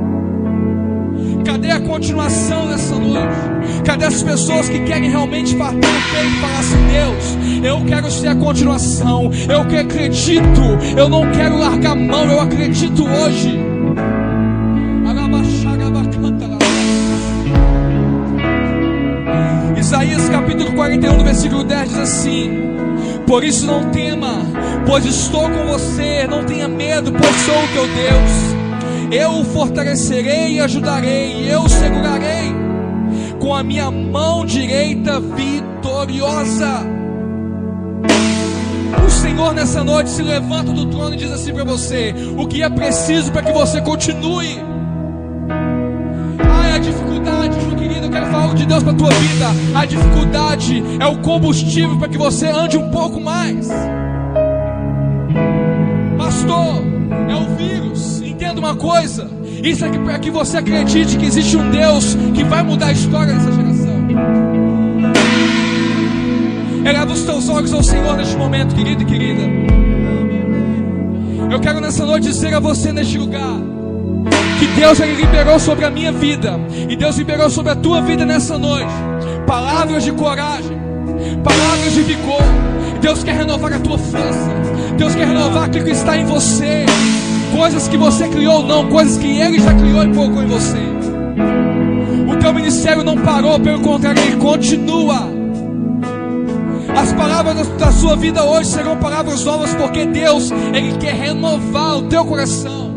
Cadê a continuação nessa noite? Cadê as pessoas que querem realmente bater o peito e falar assim: Deus, eu quero ser a continuação, eu que acredito, eu não quero largar a mão, eu acredito hoje. Isaías capítulo quarenta e um, do versículo dez diz assim: por isso não tema, pois estou com você, não tenha medo, pois sou o teu Deus. Eu o fortalecerei e ajudarei, eu o segurarei com a minha mão direita vitoriosa. O Senhor nessa noite se levanta do trono e diz assim para você: o que é preciso para que você continue? Ah, é a dificuldade, meu querido. Eu quero falar algo de Deus para a tua vida. A dificuldade é o combustível para que você ande um pouco mais. Pastor, é o vírus. Entenda uma coisa: isso é para que você acredite que existe um Deus que vai mudar a história dessa geração. Eleva os teus olhos ao Senhor neste momento, querido e querida. Eu quero nessa noite dizer a você neste lugar que Deus Ele liberou sobre a minha vida, e Deus liberou sobre a tua vida nessa noite palavras de coragem, palavras de vigor. Deus quer renovar a tua força, Deus quer renovar aquilo que está em você, coisas que você criou não, coisas que Ele já criou e colocou em você. O teu ministério não parou, pelo contrário, ele continua. As palavras da sua vida hoje serão palavras novas, porque Deus, Ele quer renovar o teu coração.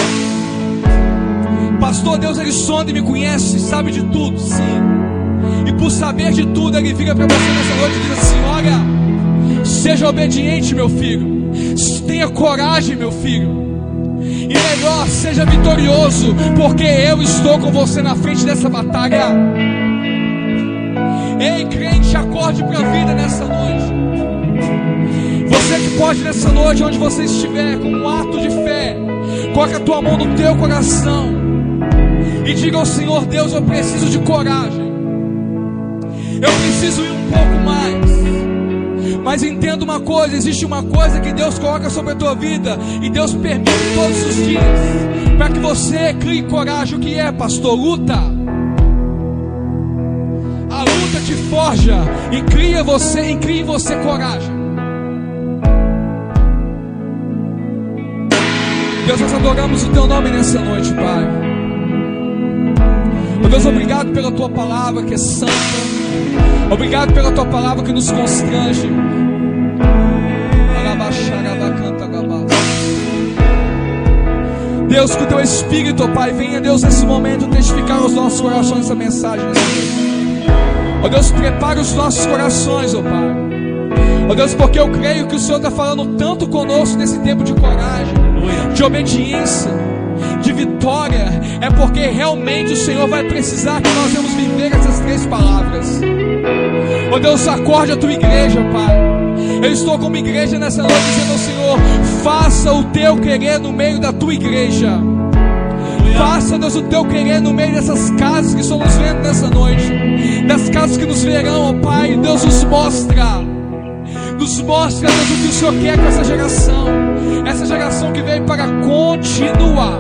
Pastor, Deus Ele sonda e me conhece, sabe de tudo, sim. E por saber de tudo Ele vira para você nessa noite e diz assim: olha, Seja obediente, meu filho. Tenha coragem, meu filho. E melhor, seja vitorioso, porque eu estou com você na frente dessa batalha. Ei, crente, acorde para a vida nessa noite. Você que pode nessa noite, onde você estiver, com um ato de fé, coloque a tua mão no teu coração e diga ao Senhor: Deus, eu preciso de coragem. Eu preciso ir um pouco mais. Mas entenda uma coisa, existe uma coisa que Deus coloca sobre a tua vida, e Deus permite todos os dias, para que você crie coragem. O que é, pastor? Luta. A luta te forja e cria você, e cria em você coragem. Deus, nós adoramos o teu nome nessa noite, Pai. Oh, Deus, obrigado pela tua palavra que é santa. Obrigado pela tua palavra que nos constrange. Deus, que o teu Espírito, oh Pai, venha, Deus, nesse momento testificar aos nossos corações essa mensagem. Oh Deus, prepara os nossos corações, oh Pai. Oh Deus, porque eu creio que o Senhor está falando tanto conosco nesse tempo de coragem, de obediência, de vitória. É porque realmente o Senhor vai precisar que nós vamos viver essas três palavras. Oh Deus, acorde a tua igreja, Pai. Eu estou como igreja nessa noite dizendo ao Senhor: faça o teu querer no meio da tua igreja. Faça, Deus, o teu querer no meio dessas casas que estamos vendo nessa noite, das casas que nos verão, ó Pai. Deus, nos mostra Nos mostra, Deus, o que o Senhor quer com essa geração. Essa geração que veio para continuar.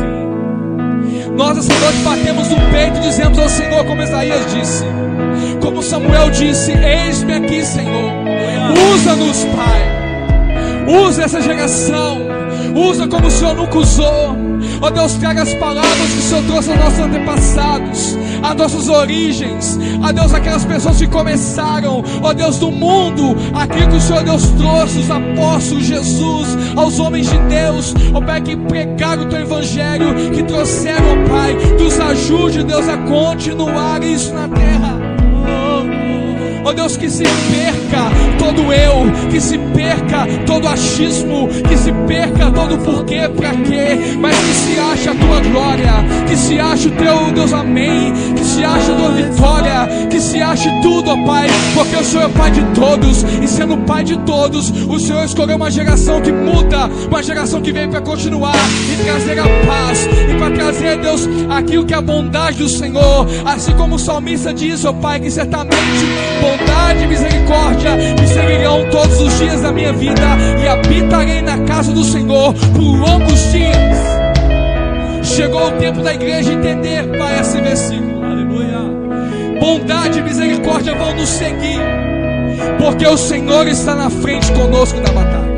Nós essa noite batemos no peito e dizemos ao Senhor, como Isaías disse, como Samuel disse: eis-me aqui, Senhor. Usa-nos, Pai. Usa essa geração. Usa como o Senhor nunca usou. Ó Deus, traga as palavras que o Senhor trouxe aos nossos antepassados, às nossas origens. Ó Deus, aquelas pessoas que começaram, ó Deus, do mundo, aquilo que o Senhor Deus trouxe, os apóstolos, Jesus, aos homens de Deus, ó Pai, que pregaram o teu evangelho, que trouxeram, ó Pai, nos ajude, Deus, a continuar isso na terra. Ó Deus, que se perca todo eu, que se perca todo achismo, que se perca todo porquê, pra quê, mas que se ache a tua glória, que se ache o teu Deus, amém, que se ache a tua vitória, que se ache tudo, ó Pai, porque o Senhor é Pai de todos, e sendo Pai de todos, o Senhor escolheu uma geração que muda, uma geração que veio para continuar e trazer a paz, e para trazer, Deus, aquilo que é a bondade do Senhor, assim como o salmista diz, ó Pai, que certamente bondade e misericórdia me seguirão todos os dias da minha vida, e habitarei na casa do Senhor por longos dias. Chegou o tempo da igreja entender, Pai, esse versículo. Aleluia. Bondade e misericórdia vão nos seguir, porque o Senhor está na frente conosco da batalha.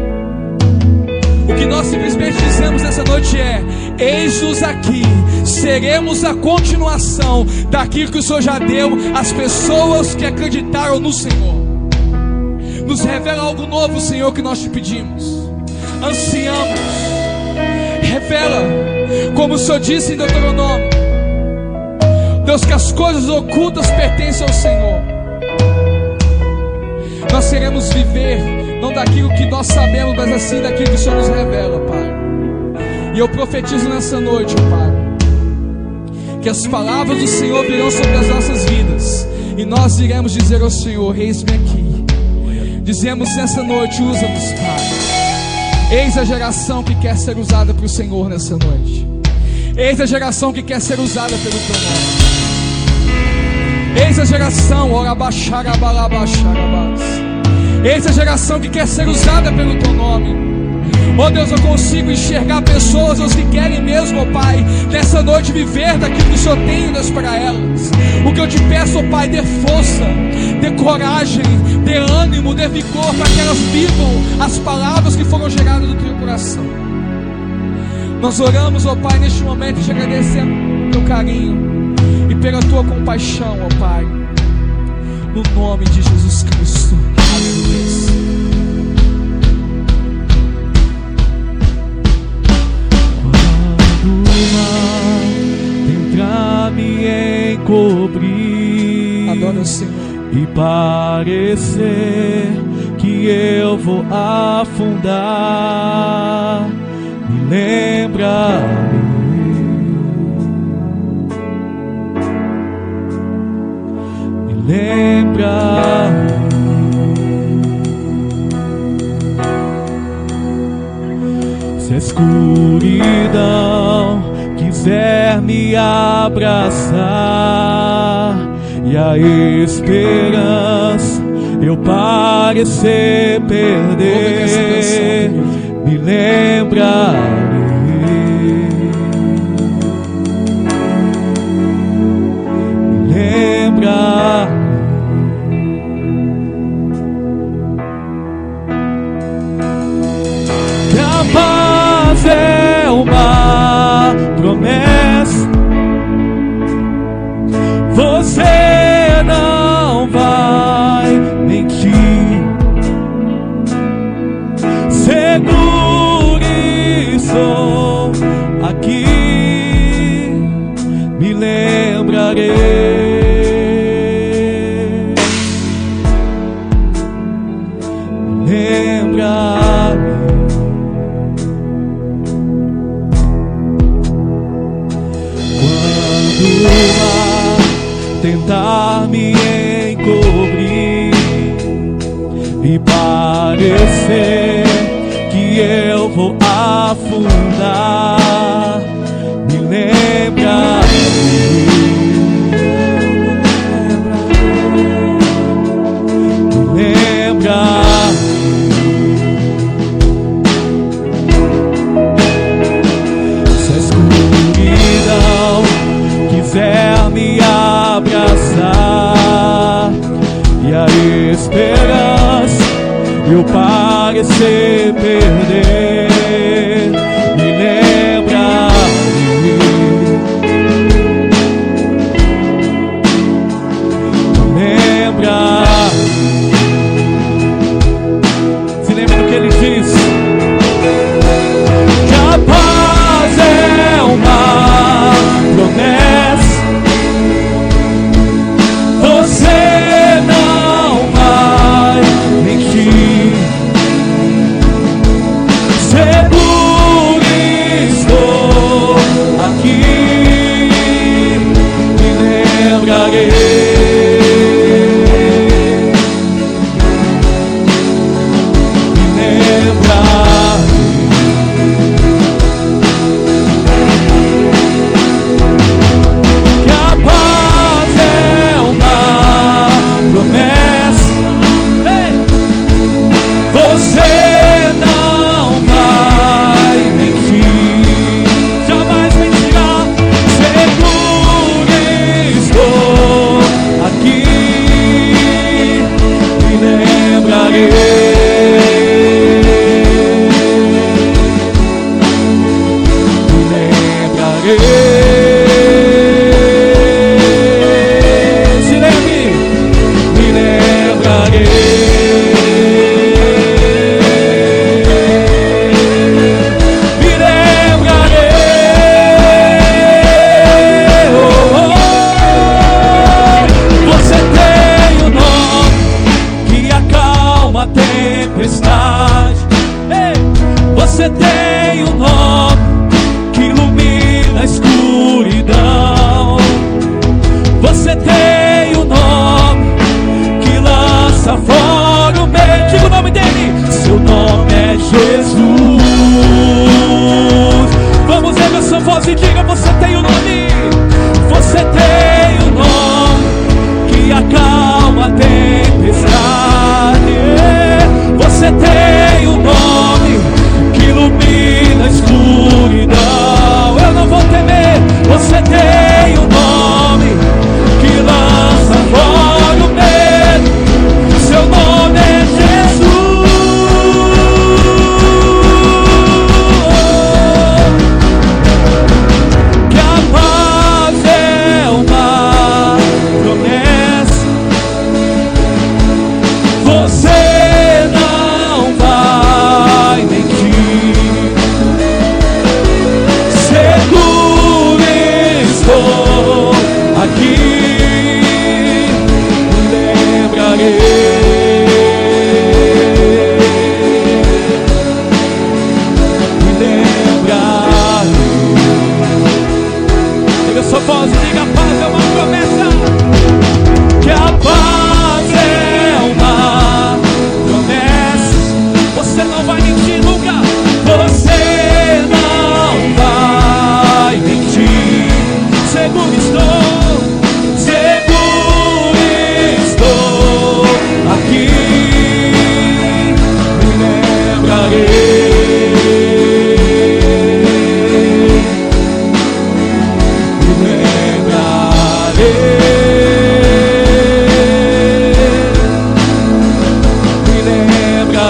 O que nós simplesmente dizemos nessa noite é: eis-nos aqui, seremos a continuação daquilo que o Senhor já deu às pessoas que acreditaram no Senhor. Nos revela algo novo, Senhor, que nós te pedimos, ansiamos. Revela, como o Senhor disse em Deuteronômio, Deus, que as coisas ocultas pertencem ao Senhor. Nós queremos viver não daquilo que nós sabemos, mas assim daquilo que o Senhor nos revela, Pai. E eu profetizo nessa noite, Pai, que as palavras do Senhor virão sobre as nossas vidas, e nós iremos dizer ao Senhor: eis-me aqui. Dizemos nessa noite: usa-nos, Pai. Eis a geração que quer ser usada para o Senhor nessa noite. Eis a geração que quer ser usada pelo teu nome. Eis a geração, eis a geração que quer ser usada pelo teu nome. Oh Deus, eu consigo enxergar pessoas, Deus, que querem mesmo, oh Pai, nessa noite viver daquilo que o Senhor tem, Deus, para elas. O que eu te peço, oh Pai, dê força, dê coragem, dê ânimo, dê vigor, para que elas vivam as palavras que foram geradas do teu coração. Nós oramos, oh Pai, neste momento, e te agradecemos pelo teu carinho e pela tua compaixão, oh Pai, no nome de Jesus Cristo. Aleluia. Tentar me encobrir, adora o Senhor, e parecer que eu eu vou afundar, me lembrarei. Me lembrarei. Se a escuridão quiser me abraçar e a esperança eu parecer perder, me lembrarei. Me lembrarei. Que a paz é uma promessa, você não vai mentir. Seguro estou aqui, me lembrarei. Me lembrarei. Quando o mar tentar me encobrir e parecer que eu vou afundar, me lembrarei. Me lembrarei. Se a escuridão quiser me abraçar e a esperança eu parecer perder, me lembrarei. Me lembrarei. Se lembra do que ele diz? Que a paz é uma promessa, você não vai mentir. Seguro estou aqui, me lembrarei. Me lembrarei. Que a paz é uma promessa, ei, você não vai mentir, jamais mentirá. Seguro estou aqui, me lembrarei. Me lembrarei. Se lembre, me lembrarei.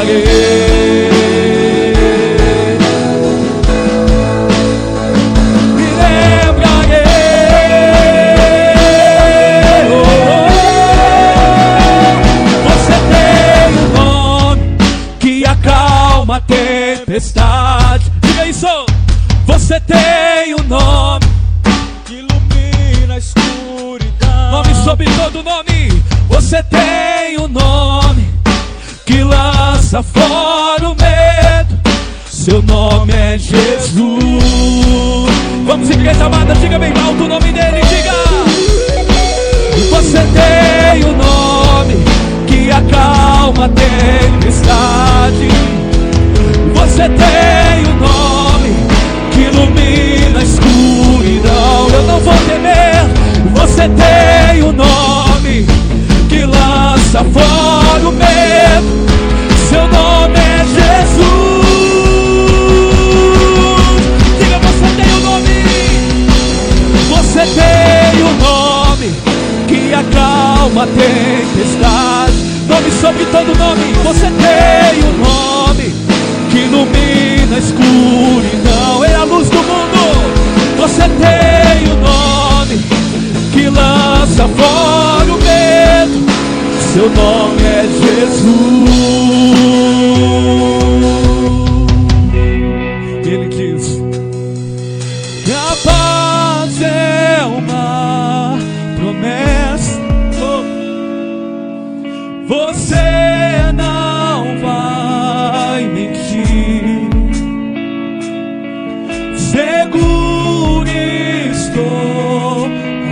lembrarei. Me lembrarei. Oh, oh. Você tem um nome que acalma a tempestade. Diga isso. Você tem um nome que ilumina a escuridão. Nome sobre todo nome. Você tem um nome que lança fora o medo. Seu nome é Jesus. Vamos, igreja amada, diga bem alto o nome dele, diga. Você tem um nome que acalma a tempestade. Você tem um nome que ilumina a escuridão. Eu não vou temer. Você tem um nome que lança fora o medo. Seu nome é Jesus. Diga, você tem um nome. Você tem um nome que acalma a tempestade. Nome sobre todo nome. Você tem um nome que ilumina a escuridão. É a luz do mundo. Você tem um nome que lança fora o medo. Seu nome é Jesus. Ele diz: a paz é uma promessa. Oh. Você não vai mentir. Seguro estou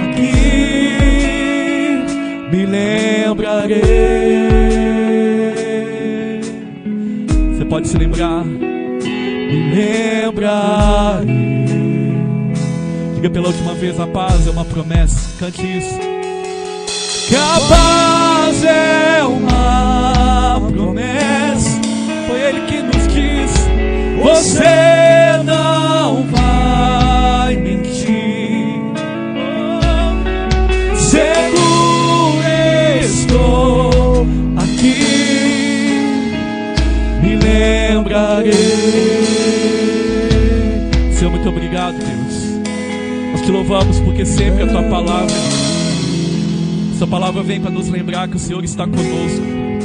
aqui. Me lembrarei. Você pode se lembrar. Me lembrarei. Diga pela última vez: a paz é uma promessa. Cante isso. Que a paz é uma promessa. Foi ele que nos disse: você não vai mentir. Seguro estou aqui. Me lembrarei. Senhor, muito obrigado, Deus. Nós te louvamos porque sempre a tua palavra, essa palavra vem para nos lembrar que o Senhor está conosco.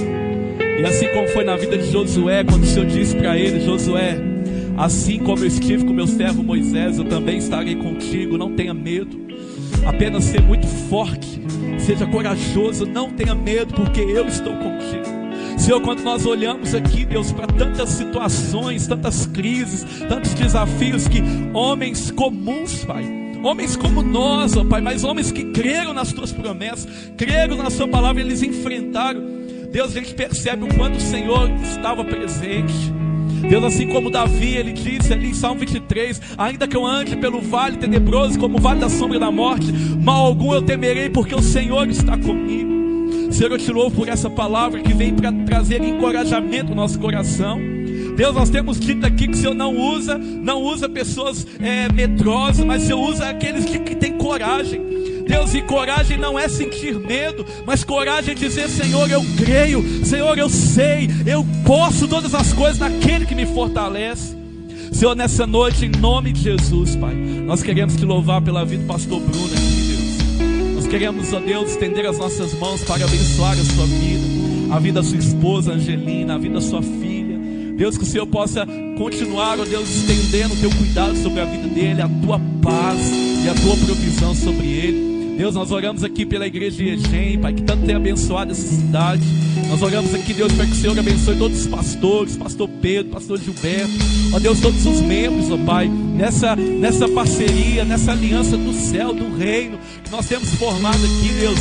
E assim como foi na vida de Josué, quando o Senhor disse para ele: Josué, assim como eu estive com meu servo Moisés, eu também estarei contigo. Não tenha medo, apenas ser muito forte, seja corajoso, não tenha medo, porque eu estou contigo. Senhor, quando nós olhamos aqui, Deus, para tantas situações, tantas crises, tantos desafios que homens comuns, Pai, homens como nós, ó Pai, mas homens que creram nas tuas promessas, creram na sua palavra, eles enfrentaram. Deus, a gente percebe o quanto o Senhor estava presente. Deus, assim como Davi, ele disse ali em Salmo vinte e três: ainda que eu ande pelo vale tenebroso, como o vale da sombra da morte, mal algum eu temerei, porque o Senhor está comigo. Senhor, eu te louvo por essa palavra que vem para trazer encorajamento no nosso coração. Deus, nós temos dito aqui que o Senhor não usa, não usa pessoas é, medrosas, mas o Senhor usa aqueles que, que têm coragem. Deus, e coragem não é sentir medo, mas coragem é dizer: Senhor, eu creio, Senhor, eu sei, eu posso todas as coisas naquele que me fortalece. Senhor, nessa noite, em nome de Jesus, Pai, nós queremos te louvar pela vida do pastor Bruno aqui, Deus. Nós queremos, ó Deus, estender as nossas mãos para abençoar a sua vida, a vida da sua esposa Angelina, a vida da sua filha. Deus, que o Senhor possa continuar, ó Deus, estendendo o teu cuidado sobre a vida dele, a tua paz e a tua provisão sobre ele. Deus, nós oramos aqui pela igreja de Egem, Pai, que tanto tem abençoado essa cidade. Nós oramos aqui, Deus, para que o Senhor abençoe todos os pastores, pastor Pedro, pastor Gilberto, ó Deus, todos os membros, ó Pai, nessa, nessa parceria, nessa aliança do céu, do reino, que nós temos formado aqui, Deus.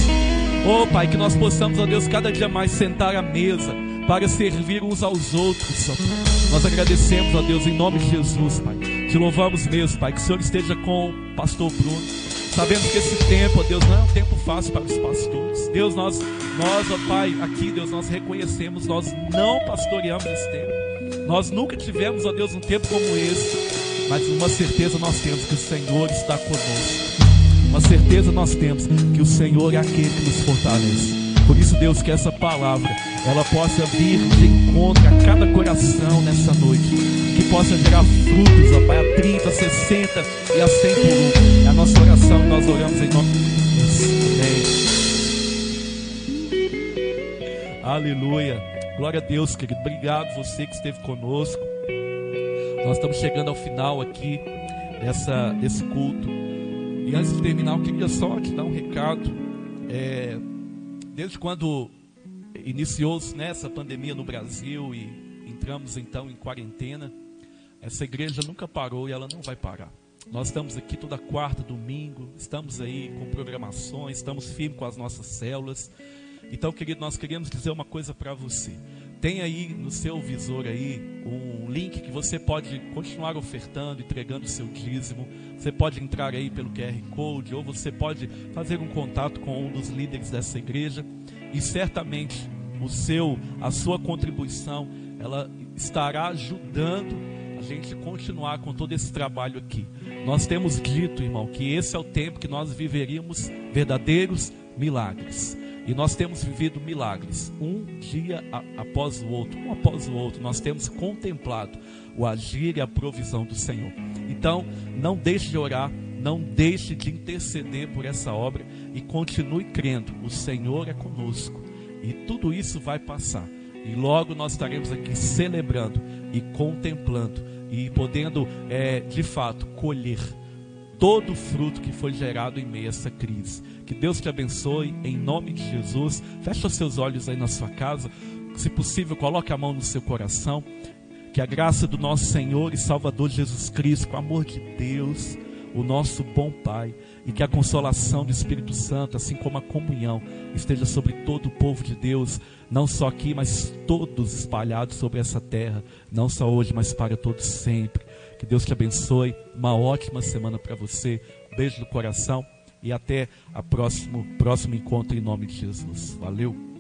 Ó Pai, que nós possamos, ó Deus, cada dia mais sentar à mesa para servir uns aos outros, ó Pai. Nós agradecemos, ó Deus, em nome de Jesus, Pai. Te louvamos mesmo, Pai, que o Senhor esteja com o pastor Bruno. Sabemos que esse tempo, ó Deus, não é um tempo fácil para os pastores. Deus, nós, nós, ó Pai, aqui, Deus, nós reconhecemos, nós não pastoreamos esse tempo. Nós nunca tivemos, ó Deus, um tempo como esse. Mas uma certeza nós temos, que o Senhor está conosco. Uma certeza nós temos, que o Senhor é aquele que nos fortalece. Por isso, Deus, que essa palavra, ela possa vir de encontro a cada oração nessa noite, que possa gerar frutos, ó Pai, a trinta, a sessenta e a cem por um. É a nossa oração e nós oramos em nome de Jesus. Amém. Aleluia. Glória a Deus, querido. Obrigado você que esteve conosco. Nós estamos chegando ao final aqui dessa, desse culto. E antes de terminar, eu queria só te dar um recado. É, desde quando iniciou-se nessa pandemia no Brasil e entramos então em quarentena, essa igreja nunca parou e ela não vai parar. Nós estamos aqui toda quarta, domingo, estamos aí com programações, estamos firmes com as nossas células. Então, querido, nós queremos dizer uma coisa para você. Tem aí no seu visor aí um link que você pode continuar ofertando, entregando o seu dízimo. Você pode entrar aí pelo Q R Code, ou você pode fazer um contato com um dos líderes dessa igreja. E certamente o seu, a sua contribuição, ela estará ajudando a gente continuar com todo esse trabalho aqui. Nós temos dito, irmão, que esse é o tempo que nós viveríamos verdadeiros milagres. E nós temos vivido milagres, um dia a, após o outro, um após o outro. Nós temos contemplado o agir e a provisão do Senhor. Então, não deixe de orar, não deixe de interceder por essa obra e continue crendo. O Senhor é conosco e tudo isso vai passar. E logo nós estaremos aqui celebrando e contemplando e podendo, é, de fato, colher todo o fruto que foi gerado em meio a essa crise. Que Deus te abençoe em nome de Jesus. Feche os seus olhos aí na sua casa. Se possível, coloque a mão no seu coração. Que a graça do nosso Senhor e Salvador Jesus Cristo, com o amor de Deus, o nosso bom Pai, e que a consolação do Espírito Santo, assim como a comunhão, esteja sobre todo o povo de Deus, não só aqui, mas todos espalhados sobre essa terra, não só hoje, mas para todos sempre. Que Deus te abençoe, uma ótima semana para você, beijo no coração e até o próximo, próximo encontro em nome de Jesus. Valeu!